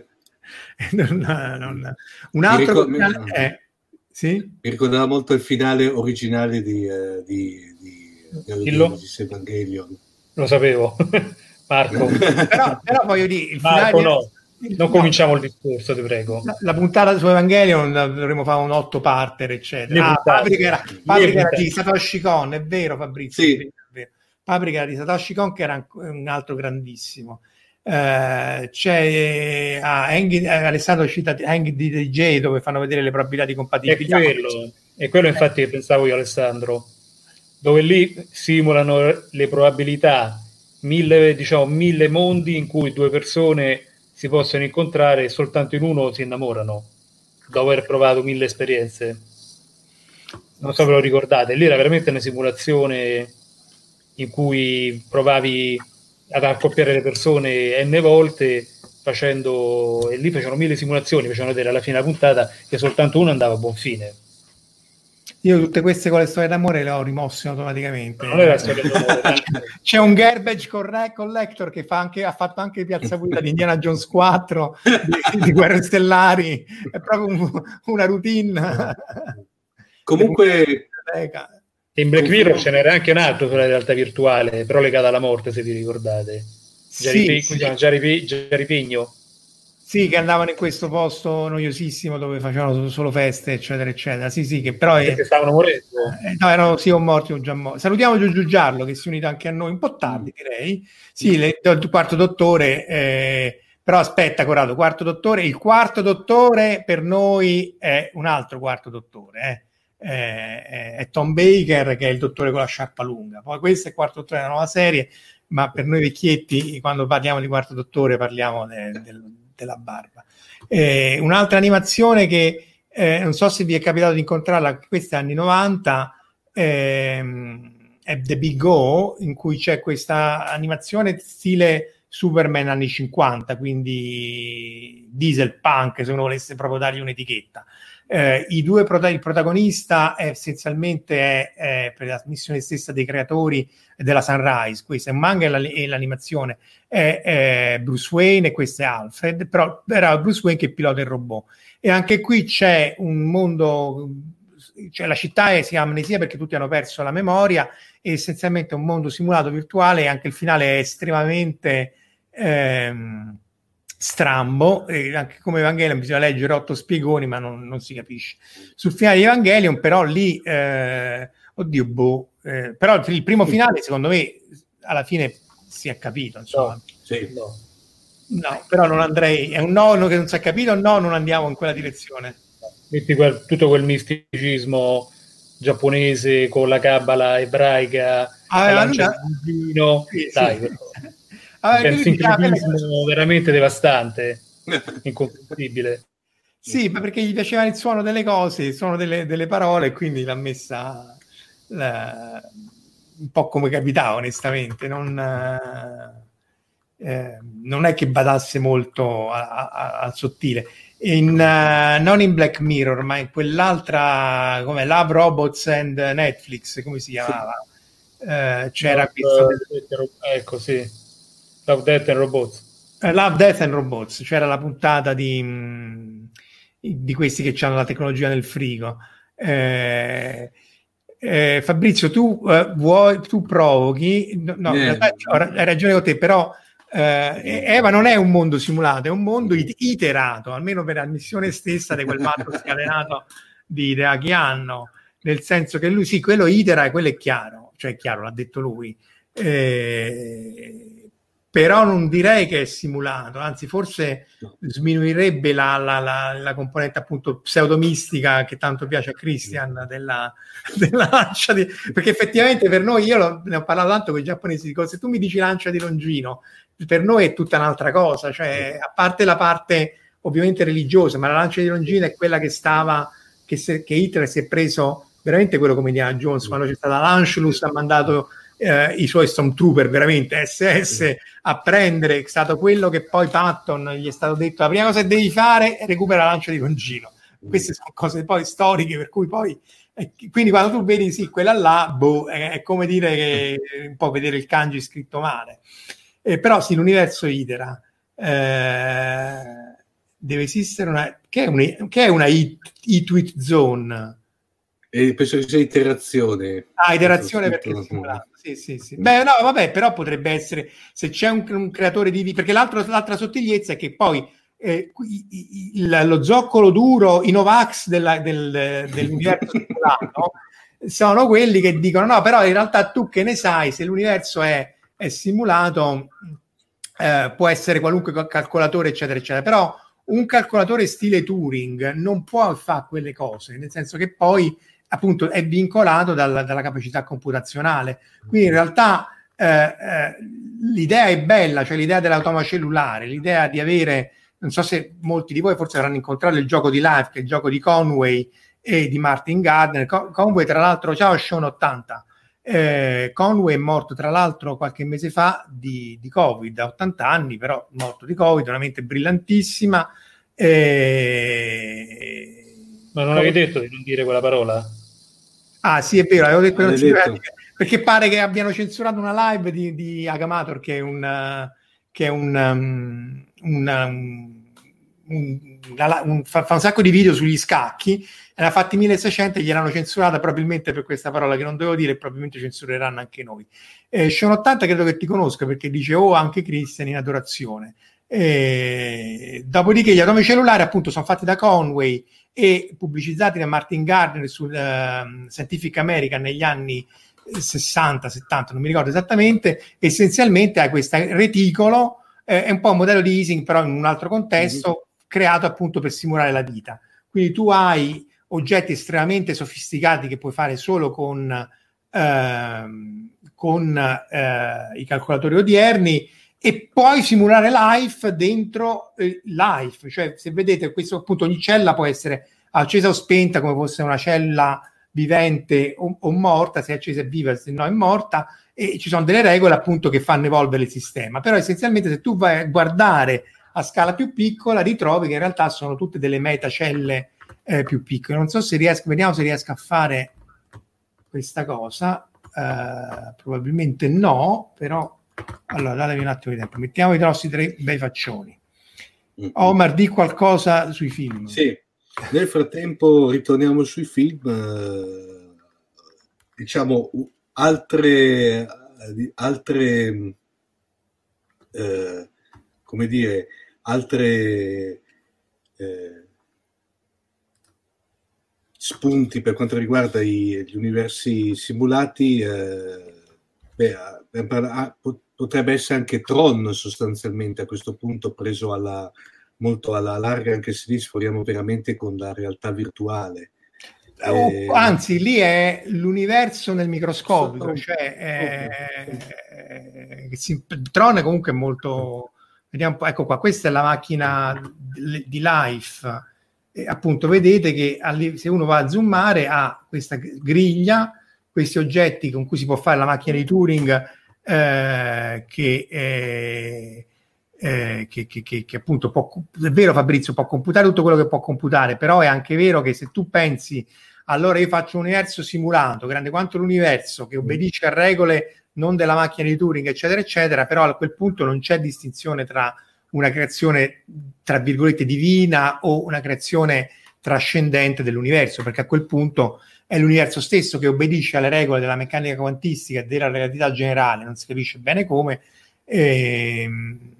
Un altro finale sì? Mi ricordava molto il finale originale di Evangelion. Lo sapevo, Marco. però voglio dire, il Marco, finale... no. Non cominciamo il discorso, ti prego. La puntata su Evangelion dovremmo fare un 8-parter, eccetera. Paprika era di Satoshi Kon, è vero, Fabrizio? Sì. È vero. Paprika di Satoshi Kon, che era un altro grandissimo. C'è Alessandro cita Hang DJ, dove fanno vedere le probabilità di compatibilità. È quello infatti che pensavo io, Alessandro, dove lì simulano le probabilità, 1000 mondi in cui due persone si possono incontrare e soltanto in uno si innamorano dopo aver provato 1000 esperienze. Non so se ve lo ricordate, lì era veramente una simulazione in cui provavi ad accoppiare le persone n volte, e lì facevano 1000 simulazioni, facevano vedere alla fine della puntata che soltanto uno andava a buon fine. Io tutte queste con le storie d'amore le ho rimosse automaticamente. Non era storia d'amore. C'è un garbage collector che ha fatto anche Piazza Pulita di Indiana Jones 4 di Guerre Stellari, è proprio una routine. Comunque in Black Mirror ce n'era anche un altro sulla realtà virtuale, però legato alla morte, se vi ricordate. Giaripegno. Sì, che andavano in questo posto noiosissimo dove facevano solo feste, eccetera, eccetera. Sì, che però perché stavano morendo. No, erano o morti o già morti. Salutiamo Giorgio Giarlo, che si è unito anche a noi, un po' tardi, direi. Sì, il quarto dottore, però aspetta, Corrado, quarto dottore. Il quarto dottore per noi è un altro quarto dottore, è Tom Baker, che è il dottore con la sciarpa lunga. Poi questo è il quarto dottore della nuova serie, ma per noi vecchietti, quando parliamo di quarto dottore, parliamo della barba. Un'altra animazione che non so se vi è capitato di incontrarla, questi anni 90, è The Big O, in cui c'è questa animazione stile Superman anni 50, quindi diesel punk, se uno volesse proprio dargli un'etichetta. Il protagonista è essenzialmente per la missione stessa dei creatori della Sunrise, questo è un manga e l'animazione è Bruce Wayne e questo è Alfred, però era Bruce Wayne che pilota il robot, e anche qui c'è un mondo, cioè la città si chiama Amnesia perché tutti hanno perso la memoria, e essenzialmente è un mondo simulato virtuale, e anche il finale è estremamente strambo, anche come Evangelion bisogna leggere 8 spiegoni ma non si capisce. Sul finale di Evangelion però lì però il primo finale secondo me alla fine si è capito, insomma. No, però non andrei, è un no che non si è capito, no, non andiamo in quella direzione. Metti tutto quel misticismo giapponese con la cabala ebraica, c'è un sincretismo veramente devastante, incomprensibile. Sì, perché gli piaceva il suono delle cose, il suono delle parole, quindi l'ha messa un po' come capitava, onestamente. Non è che badasse molto al sottile. Non in Black Mirror, ma in quell'altra, come Love, Robots and Netflix, come si chiamava? C'era questo... Ecco, sì. Love, Death and Robots. Love, Death and Robots, c'era la puntata di questi che hanno la tecnologia nel frigo. Fabrizio, tu provochi, no, in realtà hai ragione con te, però Eva non è un mondo simulato, è un mondo iterato, almeno per la missione stessa di quel matto scatenato di Hideaki Anno, nel senso che lui sì, quello itera e quello è chiaro, cioè è chiaro, l'ha detto lui. Però non direi che è simulato, anzi forse sminuirebbe la componente appunto pseudomistica che tanto piace a Christian della lancia perché effettivamente per noi, io ne ho parlato tanto con i giapponesi, se tu mi dici lancia di Longino, per noi è tutta un'altra cosa, cioè a parte la parte ovviamente religiosa, ma la lancia di Longino è quella che Hitler si è preso veramente quello come Indiana Jones, quando c'è stata l'Anschluss, ha mandato i suoi Stormtrooper, veramente SS, a prendere, è stato quello che poi Patton gli è stato detto la prima cosa che devi fare è recupera la lancia di Longino. Queste sono cose poi storiche, per cui poi quindi quando tu vedi sì quella là, è come dire che un po' vedere il kanji scritto male, però sì, l'universo itera, deve esistere una It-Wit Zone. E penso che sia iterazione. Iterazione perché è simulato. Sì. Beh, no, vabbè, però potrebbe essere, se c'è un creatore di perché l'altra sottigliezza è che poi lo zoccolo duro, i Novax dell'universo simulato sono quelli che dicono no, però in realtà tu che ne sai, se l'universo è simulato, può essere qualunque calcolatore eccetera eccetera, però un calcolatore stile Turing non può fare quelle cose, nel senso che poi appunto è vincolato dalla capacità computazionale, quindi in realtà l'idea è bella, cioè l'idea dell'automa cellulare, l'idea di avere, non so se molti di voi forse avranno incontrato il gioco di Life, che è il gioco di Conway e di Martin Gardner. Conway tra l'altro, ciao Sean 80, Conway è morto tra l'altro qualche mese fa di Covid, a 80 anni, però morto di Covid, una mente brillantissima. Ma non avevi detto di non dire quella parola? Ah sì, è vero, avevo detto, non si deve, perché pare che abbiano censurato una live di Agamator, che fa un sacco di video sugli scacchi, ne ha fatti 1600 e gliel'hanno censurata probabilmente per questa parola che non dovevo dire, e probabilmente censureranno anche noi. Sean 80 credo che ti conosca, perché dice anche Christian in adorazione. Dopodiché gli automi cellulari appunto sono fatti da Conway e pubblicizzati da Martin Gardner sul Scientific American negli anni 60-70, non mi ricordo esattamente. Essenzialmente hai questo reticolo, è un po' un modello di Ising però in un altro contesto, creato appunto per simulare la vita. Quindi tu hai oggetti estremamente sofisticati che puoi fare solo con i calcolatori odierni, e poi simulare Life dentro Life, cioè se vedete questo appunto ogni cella può essere accesa o spenta come fosse una cella vivente o morta, se è accesa è viva, se no è morta, e ci sono delle regole appunto che fanno evolvere il sistema. Però essenzialmente se tu vai a guardare a scala più piccola ritrovi che in realtà sono tutte delle metacelle più piccole. Non so se vediamo se riesco a fare questa cosa, probabilmente no, però allora datemi un attimo di tempo, mettiamo i nostri 3 bei faccioni. Omar, di qualcosa sui film. Sì, nel frattempo ritorniamo sui film, diciamo altre come dire, altre spunti per quanto riguarda gli universi simulati. Potrebbe essere anche Tron, sostanzialmente, a questo punto preso molto alla larga, anche se lì sforiamo veramente con la realtà virtuale. Anzi, lì è l'universo nel microscopio, Tron comunque è molto... Vediamo, ecco qua, questa è la macchina di Life, appunto vedete che se uno va a zoomare ha questa griglia, questi oggetti con cui si può fare la macchina di Turing, che appunto è vero Fabrizio, può computare tutto quello che può computare, però è anche vero che se tu pensi allora io faccio un universo simulato grande quanto l'universo, che obbedisce a regole non della macchina di Turing eccetera eccetera, però a quel punto non c'è distinzione tra una creazione tra virgolette divina o una creazione trascendente dell'universo, perché a quel punto è l'universo stesso che obbedisce alle regole della meccanica quantistica e della relatività generale, non si capisce bene come, e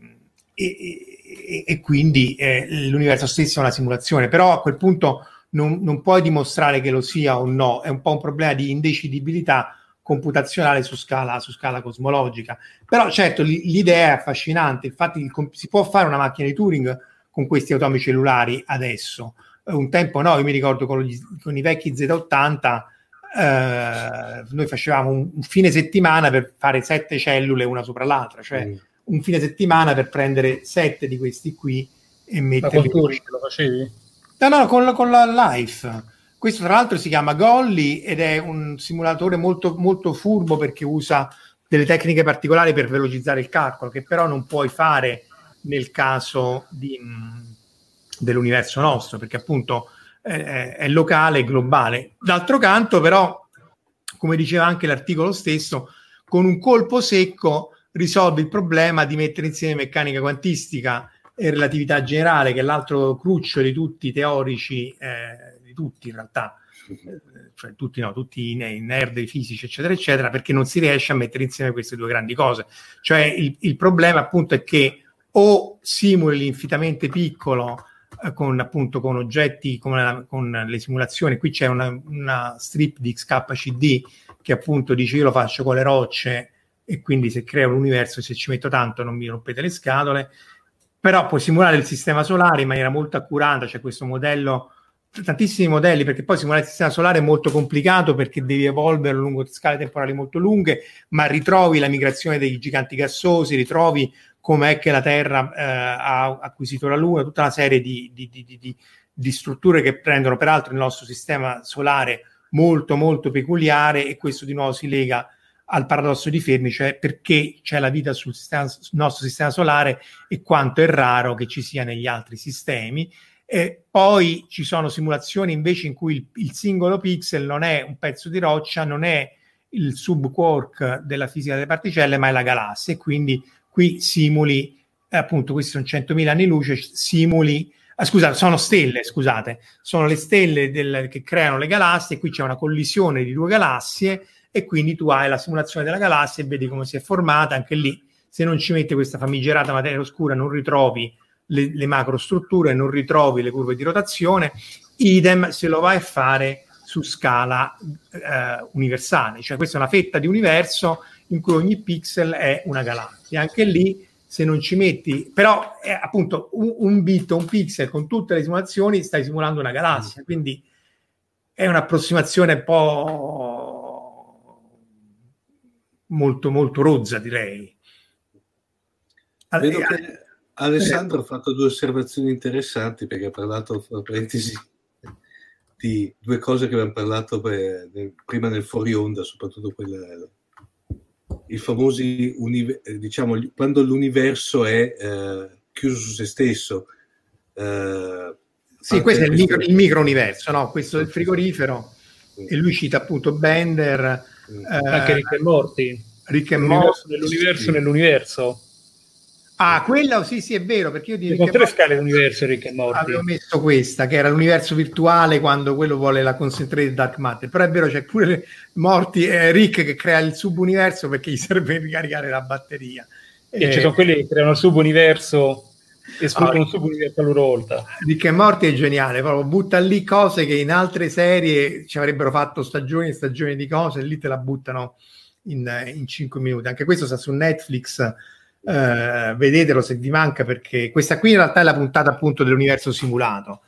quindi l'universo stesso è una simulazione, però a quel punto non puoi dimostrare che lo sia o no, è un po' un problema di indecidibilità computazionale su scala cosmologica. Però certo l'idea è affascinante, infatti si può fare una macchina di Turing con questi automi cellulari adesso. Un tempo no, io mi ricordo con i vecchi Z80 noi facevamo un fine settimana per fare 7 cellule una sopra l'altra, cioè un fine settimana per prendere 7 di questi qui e metterli. Ma con Turing lo facevi? No, con la Life. Questo tra l'altro si chiama Golly ed è un simulatore molto, molto furbo, perché usa delle tecniche particolari per velocizzare il calcolo, che però non puoi fare nel caso dell'universo nostro, perché appunto è locale e globale. D'altro canto però, come diceva anche l'articolo stesso, con un colpo secco risolve il problema di mettere insieme meccanica quantistica e relatività generale, che è l'altro cruccio di tutti i teorici, di tutti in realtà, cioè tutti i nerd, i fisici eccetera eccetera, perché non si riesce a mettere insieme queste due grandi cose. Cioè il problema appunto è che o simuli l'infinitamente piccolo con oggetti, con le simulazioni. Qui c'è una strip di XKCD che appunto dice io lo faccio con le rocce e quindi se creo l'universo, se ci metto tanto non mi rompete le scatole, però puoi simulare il sistema solare in maniera molto accurata. C'è questo modello, tantissimi modelli, perché poi simulare il sistema solare è molto complicato perché devi evolvere lungo scale temporali molto lunghe, ma ritrovi la migrazione dei giganti gassosi, ritrovi com'è che la Terra ha acquisito la Luna, tutta una serie di strutture che rendono peraltro il nostro sistema solare molto molto peculiare, e questo di nuovo si lega al paradosso di Fermi, cioè perché c'è la vita sul nostro sistema solare e quanto è raro che ci sia negli altri sistemi. E poi ci sono simulazioni invece in cui il singolo pixel non è un pezzo di roccia, non è il subquark della fisica delle particelle, ma è la galassia, e quindi qui simuli, appunto questi sono 100.000 anni luce, simuli, sono stelle, scusate, sono le stelle che creano le galassie, e qui c'è una collisione di due galassie, e quindi tu hai la simulazione della galassia e vedi come si è formata. Anche lì, se non ci metti questa famigerata materia oscura, non ritrovi le macrostrutture, non ritrovi le curve di rotazione. Idem se lo vai a fare su scala universale, cioè questa è una fetta di universo in cui ogni pixel è una galassia. Anche lì, se non ci metti, però è appunto un bit, un pixel, con tutte le simulazioni stai simulando una galassia, quindi è un'approssimazione un po' molto molto rozza, direi. Vedo che Alessandro ha fatto due osservazioni interessanti, perché ha parlato, fra parentesi, di due cose che abbiamo parlato prima nel fuori onda, soprattutto i famosi diciamo quando l'universo è chiuso su se stesso. Sì, questo è il micro-universo, no? Questo è il frigorifero, e lui cita appunto Bender, anche Rick e Morty. Nell'universo nell'universo. Ah, quella sì, è vero, perché io di con tre scale d'universo Rick e Morty avevo messo questa, che era l'universo virtuale quando quello vuole la concentrated dark matter, però è vero, c'è pure Morty, Rick che crea il subuniverso perché gli serve ricaricare la batteria. E ci sono quelli che creano il subuniverso e sfruttano il subuniverso a loro volta. Rick e Morty è geniale, proprio butta lì cose che in altre serie ci avrebbero fatto stagioni e stagioni di cose, e lì te la buttano in 5 minuti. Anche questo sta su Netflix. Vedetelo se vi manca, perché questa qui in realtà è la puntata appunto dell'universo simulato,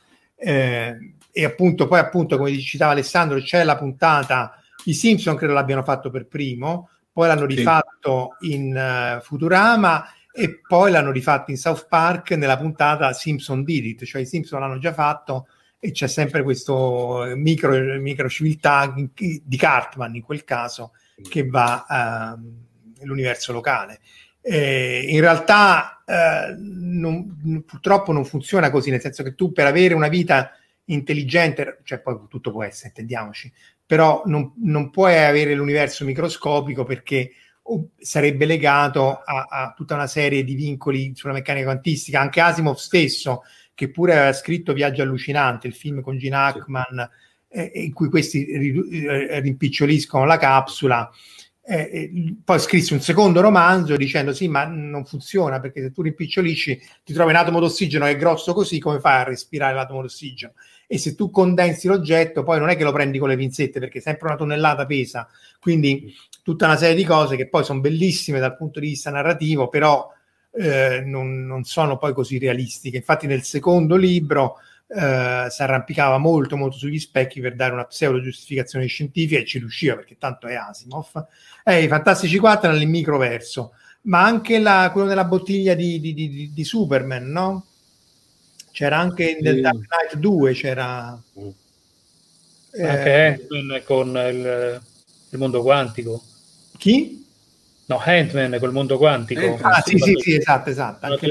e appunto poi appunto come citava Alessandro c'è la puntata, i Simpson credo l'abbiano fatto per primo, poi l'hanno rifatto in Futurama, e poi l'hanno rifatto in South Park nella puntata Simpson Did It, cioè i Simpson l'hanno già fatto e c'è sempre questo micro civiltà di Cartman in quel caso che va nell'universo locale. In realtà purtroppo non funziona così, nel senso che tu per avere una vita intelligente, cioè poi tutto può essere, intendiamoci, però non puoi avere l'universo microscopico, perché sarebbe legato a tutta una serie di vincoli sulla meccanica quantistica. Anche Asimov stesso, che pure aveva scritto Viaggio allucinante, il film con Gene Hackman, in cui questi rimpiccioliscono la capsula, poi scrisse un secondo romanzo dicendo sì, ma non funziona, perché se tu rimpicciolisci ti trovi un atomo d'ossigeno che è grosso così, come fai a respirare l'atomo d'ossigeno? E se tu condensi l'oggetto poi non è che lo prendi con le pinzette, perché sempre una tonnellata pesa, quindi tutta una serie di cose che poi sono bellissime dal punto di vista narrativo, però non sono poi così realistiche. Infatti nel secondo libro si arrampicava molto molto sugli specchi per dare una pseudo giustificazione scientifica, e ci riusciva perché tanto è Asimov. I Fantastici 4 nel microverso, ma anche quello della bottiglia di Superman, no? C'era anche nel Dark Knight 2 c'era anche con il mondo quantico. Chi? No, Ant-Man col mondo quantico. Sì, esatto. Anche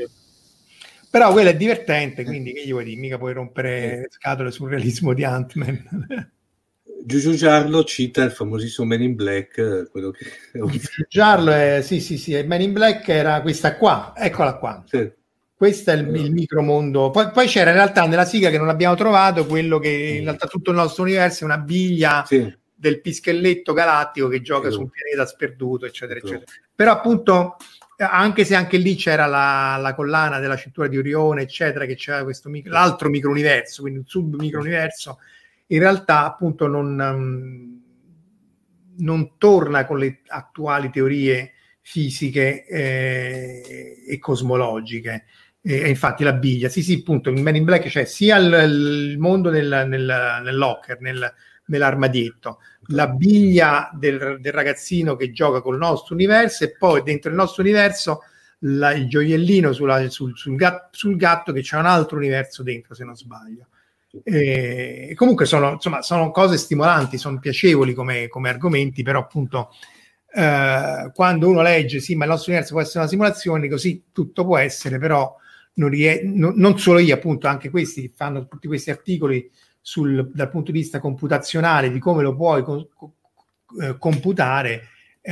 però quello è divertente, quindi che gli vuoi dire? Mica puoi rompere scatole sul realismo di Ant-Man. Giugiu Giarlo cita il famosissimo Men in Black, quello che Giarlo è sì, Men in Black era questa qua, eccola qua. Sì. Questo è il micromondo. Poi c'era in realtà nella sigla, che non abbiamo trovato, quello che in realtà tutto il nostro universo è una biglia del pischelletto galattico che gioca su un pianeta sperduto, eccetera, eccetera. Però appunto anche se anche lì c'era la collana della cintura di Orione, eccetera, che c'era questo l'altro microuniverso, quindi un sub-microuniverso, in realtà appunto non torna con le attuali teorie fisiche e cosmologiche. E infatti la biglia, sì, appunto, in Men in Black c'è sia il mondo nel locker, nell'armadietto, la biglia del ragazzino che gioca col nostro universo, e poi dentro il nostro universo il gioiellino sul gatto che c'è un altro universo dentro, se non sbaglio. Comunque sono cose stimolanti, sono piacevoli come argomenti, però appunto quando uno legge sì, ma il nostro universo può essere una simulazione, così tutto può essere, però non solo io, appunto, anche questi che fanno tutti questi articoli dal punto di vista computazionale di come lo puoi computare,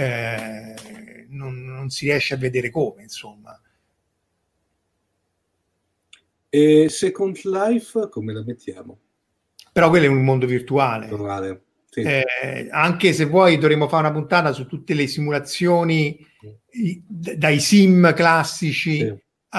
non si riesce a vedere come, insomma. E Second Life come la mettiamo? Però quello è un mondo virtuale. Sì. Anche se vuoi dovremmo fare una puntata su tutte le simulazioni dai sim classici, sì,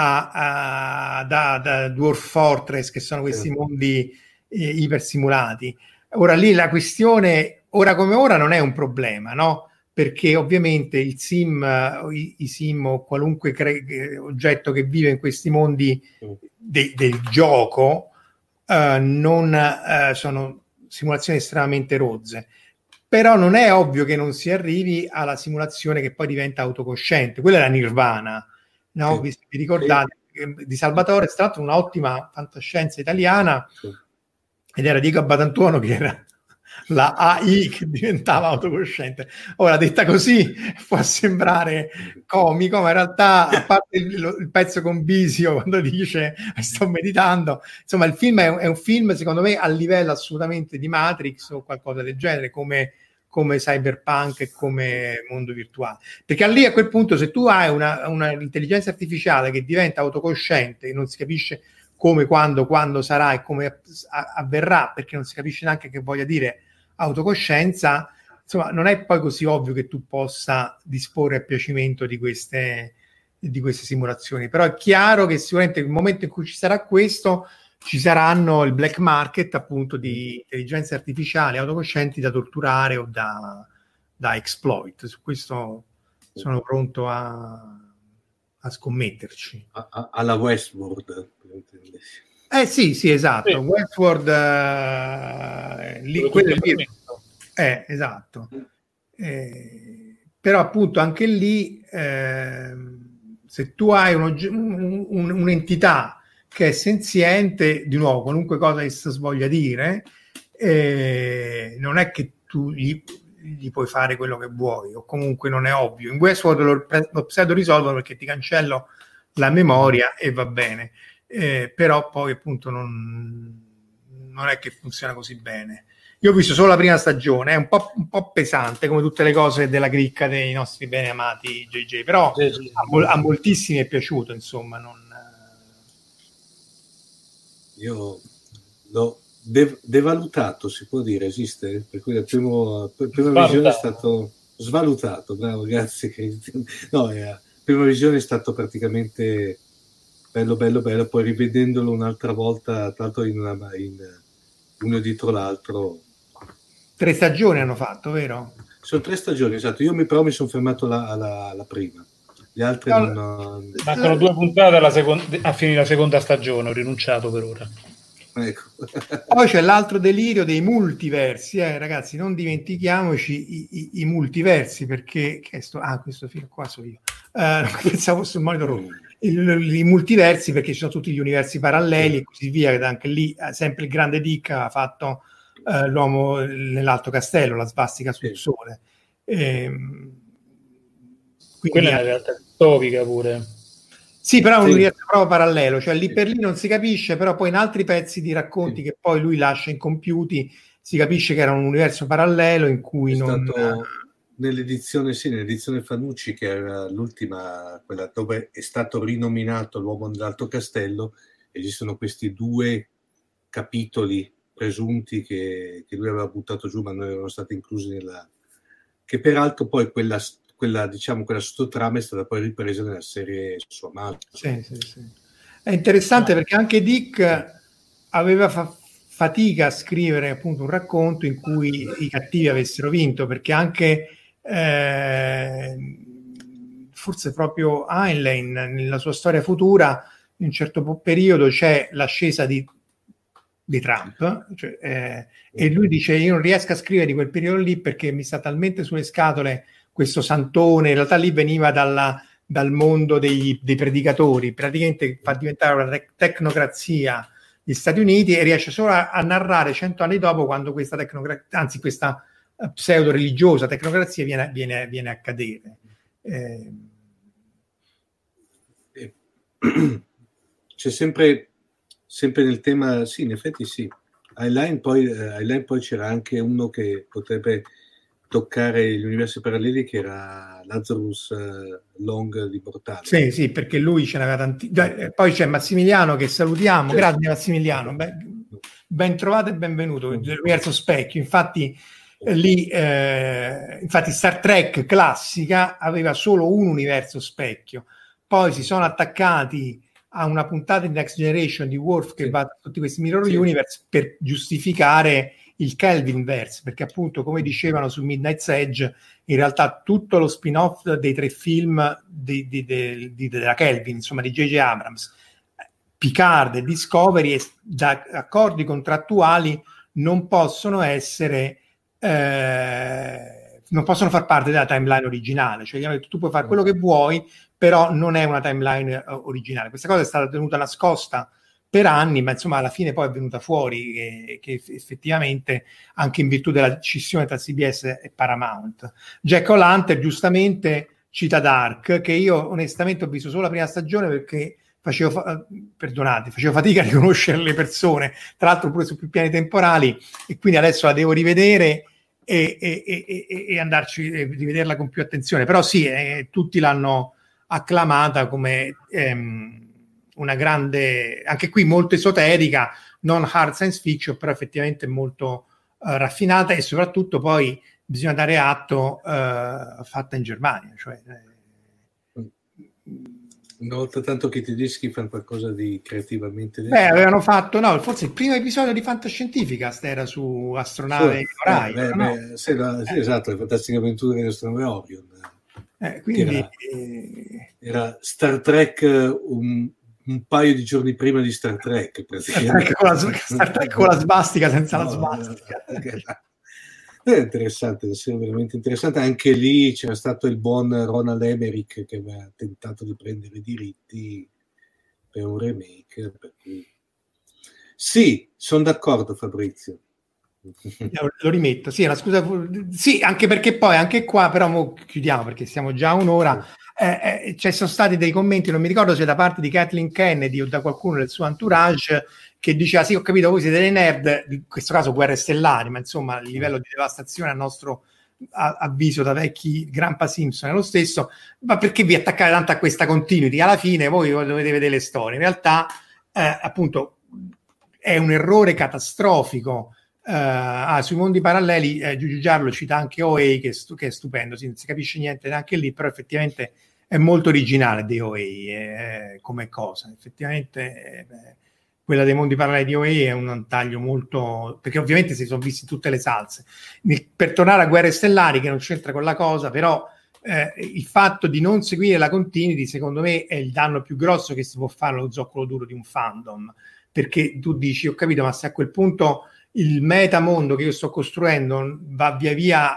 da Dwarf Fortress, che sono questi mondi ipersimulati. Ora lì la questione, ora come ora, non è un problema, no? Perché ovviamente il sim, i sim o qualunque oggetto che vive in questi mondi del gioco sono simulazioni estremamente rozze, però non è ovvio che non si arrivi alla simulazione che poi diventa autocosciente. Quella è la Nirvana, no? Vi ricordate di Salvatore, è stata l'altro un'ottima fantascienza italiana, ed era Diego Abbatantuono che era la AI che diventava autocosciente. Ora, detta così può sembrare comico, ma in realtà, a parte il pezzo con Bisio quando dice sto meditando, insomma il film è un film secondo me a livello assolutamente di Matrix o qualcosa del genere, come Cyberpunk e come mondo virtuale, perché lì a quel punto, se tu hai una intelligenza artificiale che diventa autocosciente, che non si capisce come, quando sarà e come avverrà, perché non si capisce neanche che voglia dire autocoscienza, insomma non è poi così ovvio che tu possa disporre a piacimento di queste simulazioni. Però è chiaro che sicuramente nel momento in cui ci sarà questo, ci saranno il black market appunto di intelligenze artificiali autocoscienti da torturare o da exploit. Su questo sono pronto a scommetterci. Alla Westworld. Sì, esatto. Sì. Westworld, quello lì, esatto. Però appunto anche lì, se tu hai un'entità che è senziente, di nuovo, qualunque cosa essa voglia dire, non è che tu gli puoi fare quello che vuoi, o comunque non è ovvio. In Westworld lo pseudo risolvono perché ti cancello la memoria e va bene. Però poi appunto non è che funziona così bene. Io ho visto solo la prima stagione, è un po' pesante come tutte le cose della cricca dei nostri bene amati JJ, però a moltissimi è piaciuto, insomma. Io l'ho devalutato, si può dire, esiste? Per cui la prima visione è stato svalutato, bravo, grazie. No, la prima visione è stato praticamente bello, poi rivedendolo un'altra volta, tanto uno dietro l'altro. 3 stagioni hanno fatto, vero? Sono 3 stagioni, esatto. Io però mi sono fermato alla prima. Gli altri mancano 2 puntate a finire la seconda stagione, ho rinunciato per ora. Ecco. Poi c'è l'altro delirio dei multiversi, ragazzi, non dimentichiamoci i multiversi, perché questo film qua sono io. Pensavo fosse un monitor rosso. I multiversi, perché ci sono tutti gli universi paralleli e così via, ed anche lì sempre il grande Dick ha fatto l'uomo nell'Alto Castello, la svastica sul sole. Quella è una realtà distopica pure. Sì, però è un universo proprio parallelo, cioè lì per lì non si capisce, però poi in altri pezzi di racconti che poi lui lascia incompiuti si capisce che era un universo parallelo in cui nell'edizione Fanucci, che era l'ultima, quella dove è stato rinominato l'uomo nell'Alto Castello, esistono questi 2 capitoli presunti che lui aveva buttato giù, ma non erano stati inclusi che peraltro poi quella quella sottotrama è stata poi ripresa nella serie su Amazon. Sì. È interessante perché anche Dick aveva fatica a scrivere appunto un racconto in cui i cattivi avessero vinto, perché anche forse proprio Heinlein nella sua storia futura in un certo periodo c'è l'ascesa di Trump, e lui dice: io non riesco a scrivere di quel periodo lì perché mi sta talmente sulle scatole questo santone. In realtà lì veniva dal mondo dei predicatori, praticamente fa diventare una tecnocrazia gli Stati Uniti, e riesce solo a narrare 100 anni dopo, quando questa questa pseudo religiosa tecnocrazia viene a cadere. C'è sempre nel tema, sì, in effetti sì. Heinlein poi c'era anche uno che potrebbe toccare gli universi paralleli, che era Lazarus Long di Mortale. Sì, perché lui ce n'aveva tanti. Poi c'è Massimiliano, che salutiamo. Certo. Grazie Massimiliano, ben trovato e benvenuto. L'universo specchio, infatti lì infatti Star Trek classica aveva solo un universo specchio, poi si sono attaccati a una puntata di Next Generation di Worf che va a tutti questi mirror universe per giustificare il Kelvinverse, perché appunto, come dicevano su Midnight's Edge, in realtà tutto lo spin-off dei 3 film della Kelvin, insomma di J.J. Abrams, Picard e Discovery, da accordi contrattuali non possono essere non possono far parte della timeline originale, cioè tu puoi fare quello che vuoi, però non è una timeline originale. Questa cosa è stata tenuta nascosta per anni, ma insomma alla fine poi è venuta fuori che effettivamente, anche in virtù della scissione tra CBS e Paramount. Jack O'Lantern giustamente cita Dark, che io onestamente ho visto solo la prima stagione perché facevo fatica a riconoscere le persone, tra l'altro pure su più piani temporali, e quindi adesso la devo rivedere e andarci a rivederla con più attenzione. Però sì, tutti l'hanno acclamata come una grande, anche qui molto esoterica, non hard science fiction, però effettivamente molto raffinata, e soprattutto poi bisogna dare atto fatta in Germania, cioè una volta tanto che i tedeschi fanno qualcosa di creativamente avevano fatto, forse il primo episodio di Fantascientificast era su astronave Orion, sì, esatto, le fantastiche avventure delle astronave Orion, quindi era Star Trek un paio di giorni prima di Star Trek, Star Trek con la svastica senza la svastica. È interessante, è veramente interessante. Anche lì c'era stato il buon Ronald Emmerich che aveva tentato di prendere i diritti per un remake, per cui... Sì, sono d'accordo, Fabrizio. Lo rimetto, sì, una scusa, sì, anche perché poi anche qua però chiudiamo perché siamo già a un'ora. Ci sono stati dei commenti, non mi ricordo se da parte di Kathleen Kennedy o da qualcuno del suo entourage, che diceva: sì, ho capito, voi siete dei nerd, in questo caso Guerre Stellari, ma insomma il livello di devastazione a nostro avviso da vecchi Grandpa Simpson è lo stesso, ma perché vi attaccate tanto a questa continuity? Alla fine voi dovete vedere le storie. In realtà appunto è un errore catastrofico. Sui mondi paralleli Giugiu Giarlo cita anche OA che è stupendo, non si capisce niente neanche lì, però effettivamente è molto originale di OA come cosa. Effettivamente quella dei mondi paralleli di OA è un taglio molto, perché ovviamente si sono visti tutte le salse. Per tornare a Guerre Stellari, che non c'entra con la cosa, però il fatto di non seguire la continuity secondo me è il danno più grosso che si può fare allo zoccolo duro di un fandom, perché tu dici: ho capito, ma se a quel punto il metamondo che io sto costruendo va via via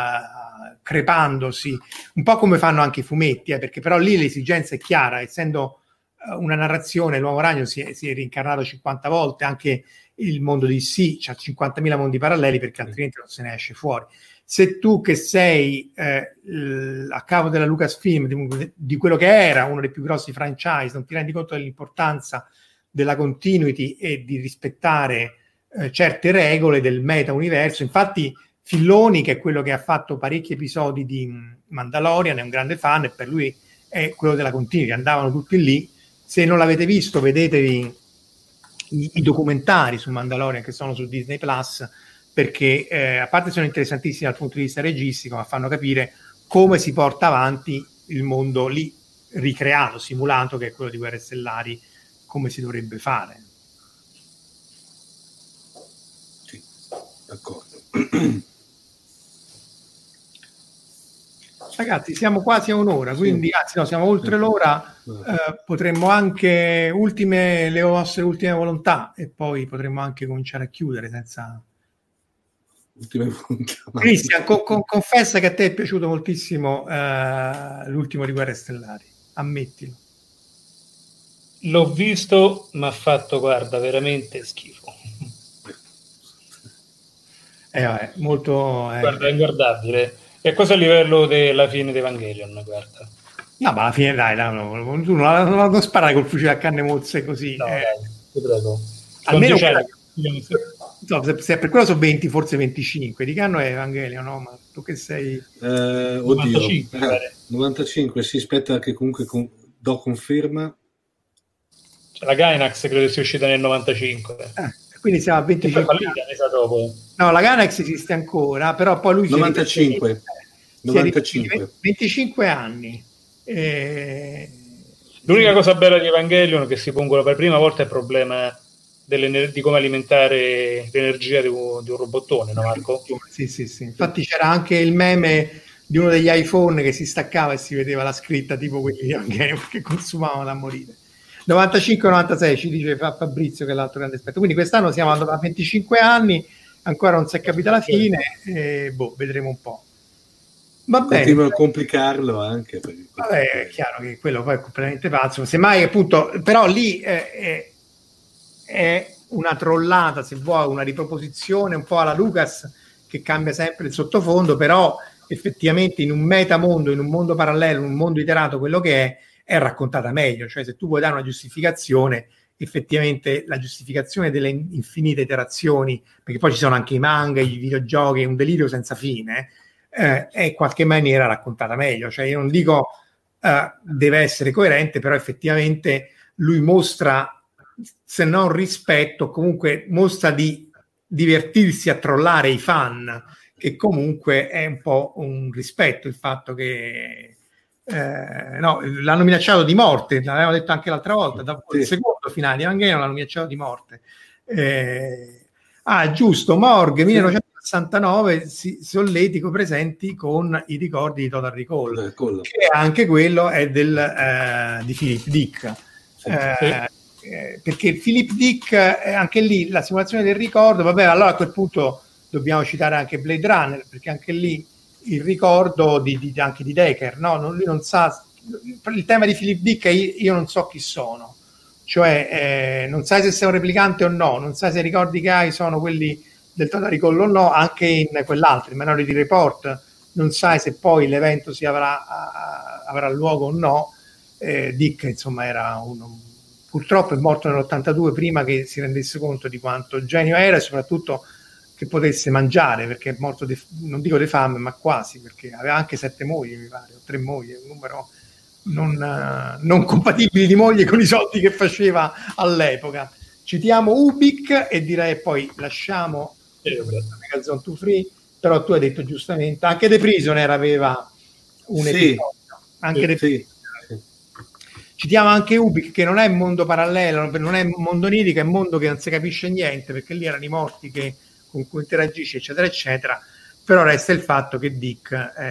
crepandosi, un po' come fanno anche i fumetti, perché però lì l'esigenza è chiara, essendo una narrazione, l'Uomo Ragno si è rincarnato 50 volte, anche il mondo di DC c'ha 50.000 mondi paralleli, perché altrimenti non se ne esce fuori. Se tu che sei a capo della Lucasfilm, di quello che era uno dei più grossi franchise, non ti rendi conto dell'importanza della continuity e di rispettare certe regole del meta-universo. Infatti Filoni, che è quello che ha fatto parecchi episodi di Mandalorian, è un grande fan, e per lui è quello della continuity, andavano tutti lì. Se non l'avete visto, vedetevi i documentari su Mandalorian che sono su Disney Plus, perché a parte sono interessantissimi dal punto di vista registico, ma fanno capire come si porta avanti il mondo lì ricreato, simulato, che è quello di Guerre Stellari, come si dovrebbe fare. Sì, d'accordo. Ragazzi, siamo quasi a un'ora, quindi anzi no, siamo oltre l'ora. Potremmo anche le vostre ultime volontà e poi potremmo anche cominciare a chiudere senza... Ultime volontà. Cristian, confessa che a te è piaciuto moltissimo l'ultimo di Guerre Stellari, ammettilo. L'ho visto, ma ha fatto, guarda, veramente schifo. Molto... Guarda, è inguardabile. È quasi a livello della fine di Evangelion, guarda. No, ma alla fine dai, tu non sparare col fucile a canne mozze così. No, dai, ti prego. Almeno se per quello sono 20, forse 25. Di che anno è Evangelion, no? Ma tu che sei... oddio, 95, sì, aspetta che comunque do conferma. Cioè, la Gainax credo sia uscita nel 95. Quindi siamo a 25 anni. Dopo. No, la Gainax esiste ancora, però poi lui 95. 25 anni. L'unica cosa bella di Evangelion è che si pongono per prima volta il problema di come alimentare l'energia di un robottone, no Marco? Sì. Infatti c'era anche il meme di uno degli iPhone che si staccava e si vedeva la scritta tipo quelli di Evangelion che consumavano da morire. 95-96 ci dice Fabrizio che è l'altro grande aspetto. Quindi quest'anno siamo a 25 anni, ancora non si è capita la fine, vedremo un po'. Va bene. Continuano a complicarlo anche. Vabbè, è chiaro che quello poi è completamente pazzo. Semmai, appunto, però lì è una trollata, se vuoi, una riproposizione un po' alla Lucas che cambia sempre il sottofondo, però effettivamente in un metamondo, in un mondo parallelo, in un mondo iterato, quello che è raccontata meglio. Cioè, se tu vuoi dare una giustificazione, effettivamente la giustificazione delle infinite iterazioni, perché poi ci sono anche i manga, i videogiochi, è un delirio senza fine, è in qualche maniera raccontata meglio. Cioè, io non dico deve essere coerente, però effettivamente lui mostra, se non rispetto, comunque mostra di divertirsi a trollare i fan, che comunque è un po' un rispetto, il fatto che no, l'hanno minacciato di morte, l'avevamo detto anche l'altra volta, dopo il secondo finale di Evangelion l'hanno minacciato di morte. Giusto, Morg 1969, solletico presenti con i ricordi di Total Recall, che anche quello è di Philip Dick. Perché Philip Dick, anche lì la simulazione del ricordo, vabbè, allora a quel punto dobbiamo citare anche Blade Runner, perché anche lì il ricordo anche di Decker, no? Lui non sa, il tema di Philip Dick è io non so chi sono, cioè non sai se sei un replicante o no, non sai se i ricordi che hai sono quelli del Total Recall o no, anche in quell'altro, in Minority Report, non sai se poi l'evento avrà luogo o no. Dick, insomma, era purtroppo è morto nell'82 prima che si rendesse conto di quanto genio era e soprattutto che potesse mangiare, perché è morto non dico di fame, ma quasi, perché aveva anche 7 mogli, mi pare, o 3 mogli, un numero non compatibile di moglie con i soldi che faceva all'epoca. Citiamo Ubik e direi poi lasciamo Megazone 2 Free, però tu hai detto giustamente anche The Prisoner aveva un episodio, anche The Prisoner. Citiamo anche Ubik, che non è un mondo parallelo, non è un mondo onirico, è un mondo che non si capisce niente, perché lì erano i morti con cui interagisce, eccetera, eccetera. Però resta il fatto che Dick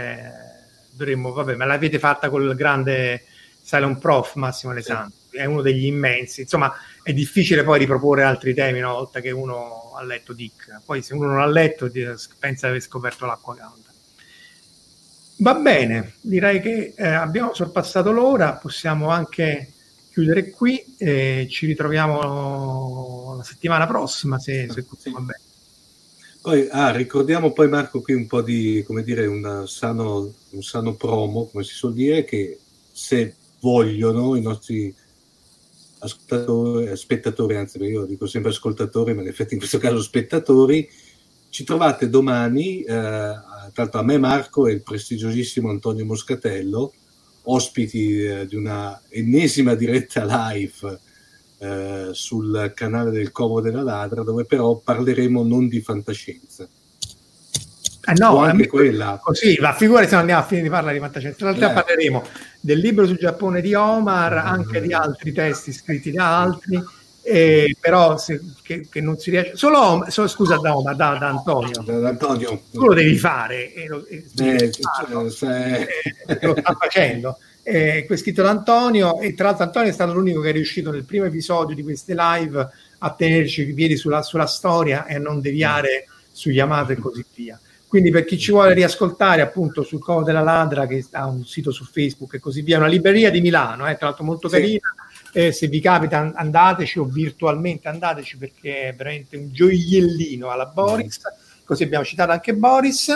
me l'avete fatta col grande Cylon Prof Massimo Alessandro, è uno degli immensi. Insomma, è difficile poi riproporre altri temi una volta che uno ha letto Dick. Poi se uno non ha letto pensa di aver scoperto l'acqua calda. Va bene, direi che abbiamo sorpassato l'ora, possiamo anche chiudere qui, ci ritroviamo la settimana prossima se tutto va bene. Poi ricordiamo poi, Marco, qui un po' di, come dire, un sano promo, come si suol dire, che se vogliono i nostri spettatori, anzi io dico sempre ascoltatori, ma in effetti in questo caso spettatori, ci trovate domani, tra l'altro a me, Marco, e il prestigiosissimo Antonio Moscatello, ospiti di una ennesima diretta live sul canale del Como della Ladra, dove però parleremo non di fantascienza. No, anche quella. Così, ma figurati se non andiamo a finire di parlare di fantascienza. In realtà parleremo del libro sul Giappone di Omar, anche di altri testi scritti da altri, però che non si riesce. Scusa, da Omar, da Antonio. Da Antonio. Tu lo devi fare, lo sta facendo. È scritto da Antonio, e tra l'altro Antonio è stato l'unico che è riuscito nel primo episodio di queste live a tenerci i piedi sulla storia e a non deviare su Yamato e così via. Quindi per chi ci vuole riascoltare, appunto, sul Covo della Ladra, che ha un sito su Facebook e così via, una libreria di Milano, tra l'altro molto carina, se vi capita andateci, o virtualmente andateci, perché è veramente un gioiellino alla Boris. Così abbiamo citato anche Boris,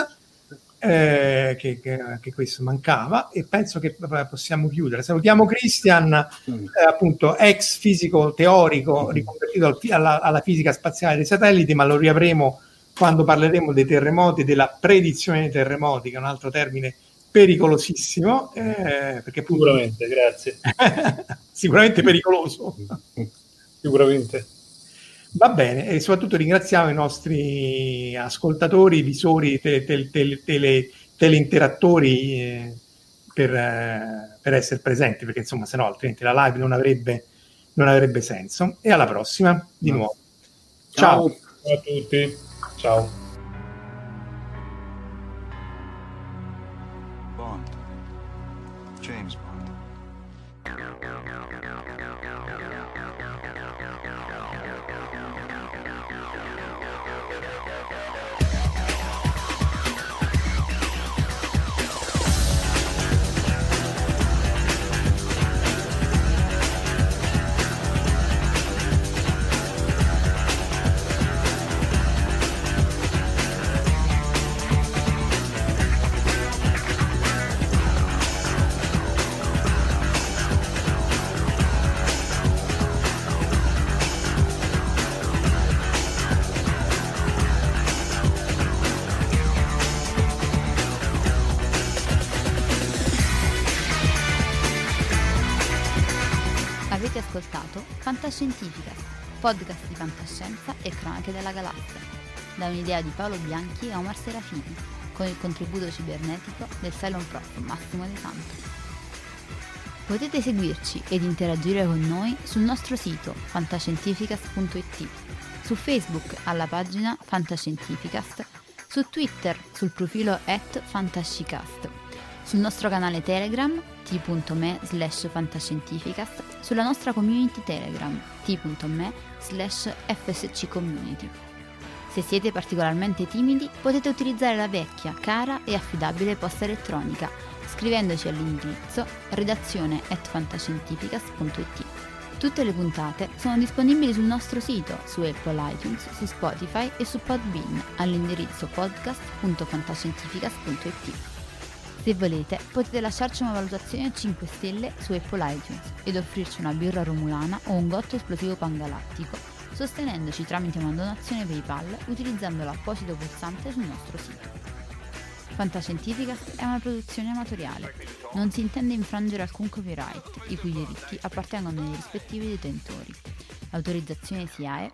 che questo mancava, e penso che possiamo chiudere. Salutiamo Christian, appunto ex fisico teorico riconvertito alla fisica spaziale dei satelliti, ma lo riavremo quando parleremo dei terremoti, della predizione dei terremoti, che è un altro termine pericolosissimo, perché sicuramente, grazie. Sicuramente pericoloso. Sicuramente. Va bene, e soprattutto ringraziamo i nostri ascoltatori, visori, teleinterattori per essere presenti, perché insomma se no altrimenti la live non avrebbe senso. E alla prossima di nuovo. Ciao. Ciao a tutti. Ciao. Bond. James Bond. Avete ascoltato Fantascientifica, podcast di fantascienza e cronache della galassia, da un'idea di Paolo Bianchi e Omar Serafini, con il contributo cibernetico del Cylon Prof Massimo De Santo. Potete seguirci ed interagire con noi sul nostro sito fantascientificast.it, su Facebook alla pagina Fantascientificast, su Twitter sul profilo @fantascicast, sul nostro canale Telegram t.me/fantascientificast, sulla nostra community Telegram t.me/fsccommunity. Se siete particolarmente timidi, potete utilizzare la vecchia, cara e affidabile posta elettronica, scrivendoci all'indirizzo redazione@fantascientificast.it. Tutte le puntate sono disponibili sul nostro sito, su Apple iTunes, su Spotify e su Podbean all'indirizzo podcast.fantascientificast.it. Se volete, potete lasciarci una valutazione a 5 stelle su Apple iTunes ed offrirci una birra romulana o un gotto esplosivo pangalattico, sostenendoci tramite una donazione PayPal utilizzando l'apposito pulsante sul nostro sito. Fantascientificast è una produzione amatoriale. Non si intende infrangere alcun copyright, i cui diritti appartengono ai rispettivi detentori. L'autorizzazione SIAE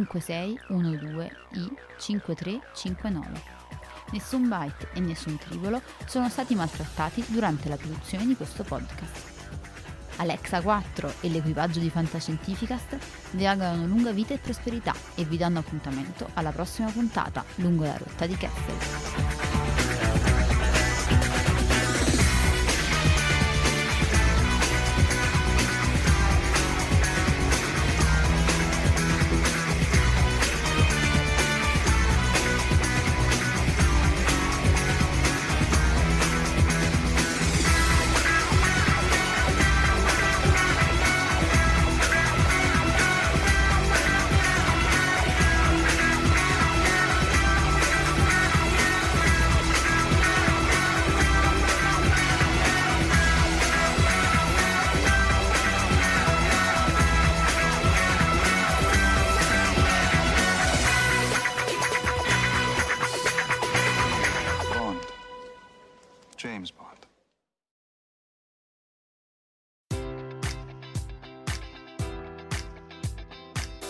5612I5359. Nessun byte e nessun tribolo sono stati maltrattati durante la produzione di questo podcast. Alexa 4 e l'equipaggio di Fantascientificast vi augurano lunga vita e prosperità e vi danno appuntamento alla prossima puntata lungo la rotta di Kessel.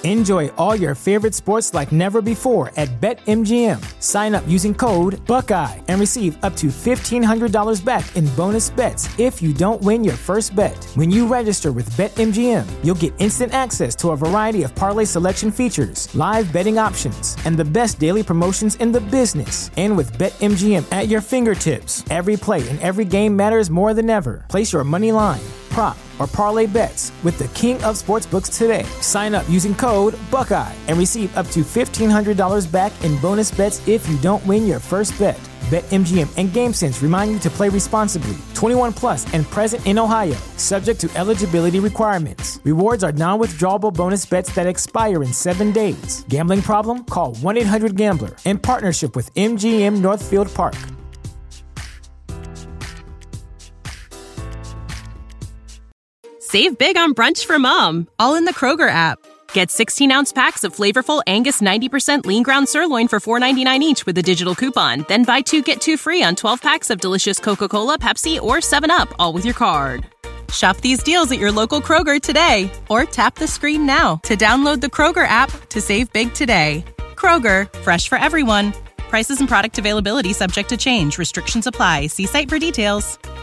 Enjoy all your favorite sports like never before at BetMGM. Sign up using code Buckeye and receive up to $1,500 back in bonus bets if you don't win your first bet. When you register with BetMGM, you'll get instant access to a variety of parlay selection features, live betting options, and the best daily promotions in the business. And with BetMGM at your fingertips, every play and every game matters more than ever. Place your money line, prop, or parlay bets with the king of sportsbooks today. Sign up using code Buckeye and receive up to $1,500 back in bonus bets if you don't win your first bet. BetMGM and GameSense remind you to play responsibly. 21 plus and present in Ohio, subject to eligibility requirements. Rewards are non-withdrawable bonus bets that expire in 7 days. Gambling problem? Call 1-800-GAMBLER. In partnership with MGM Northfield Park. Save big on brunch for mom, all in the Kroger app. Get 16-ounce packs of flavorful Angus 90% lean ground sirloin for $4.99 each with a digital coupon. Then buy 2, get 2 free on 12 packs of delicious Coca-Cola, Pepsi, or 7-Up, all with your card. Shop these deals at your local Kroger today, or tap the screen now to download the Kroger app to save big today. Kroger, fresh for everyone. Prices and product availability subject to change. Restrictions apply. See site for details.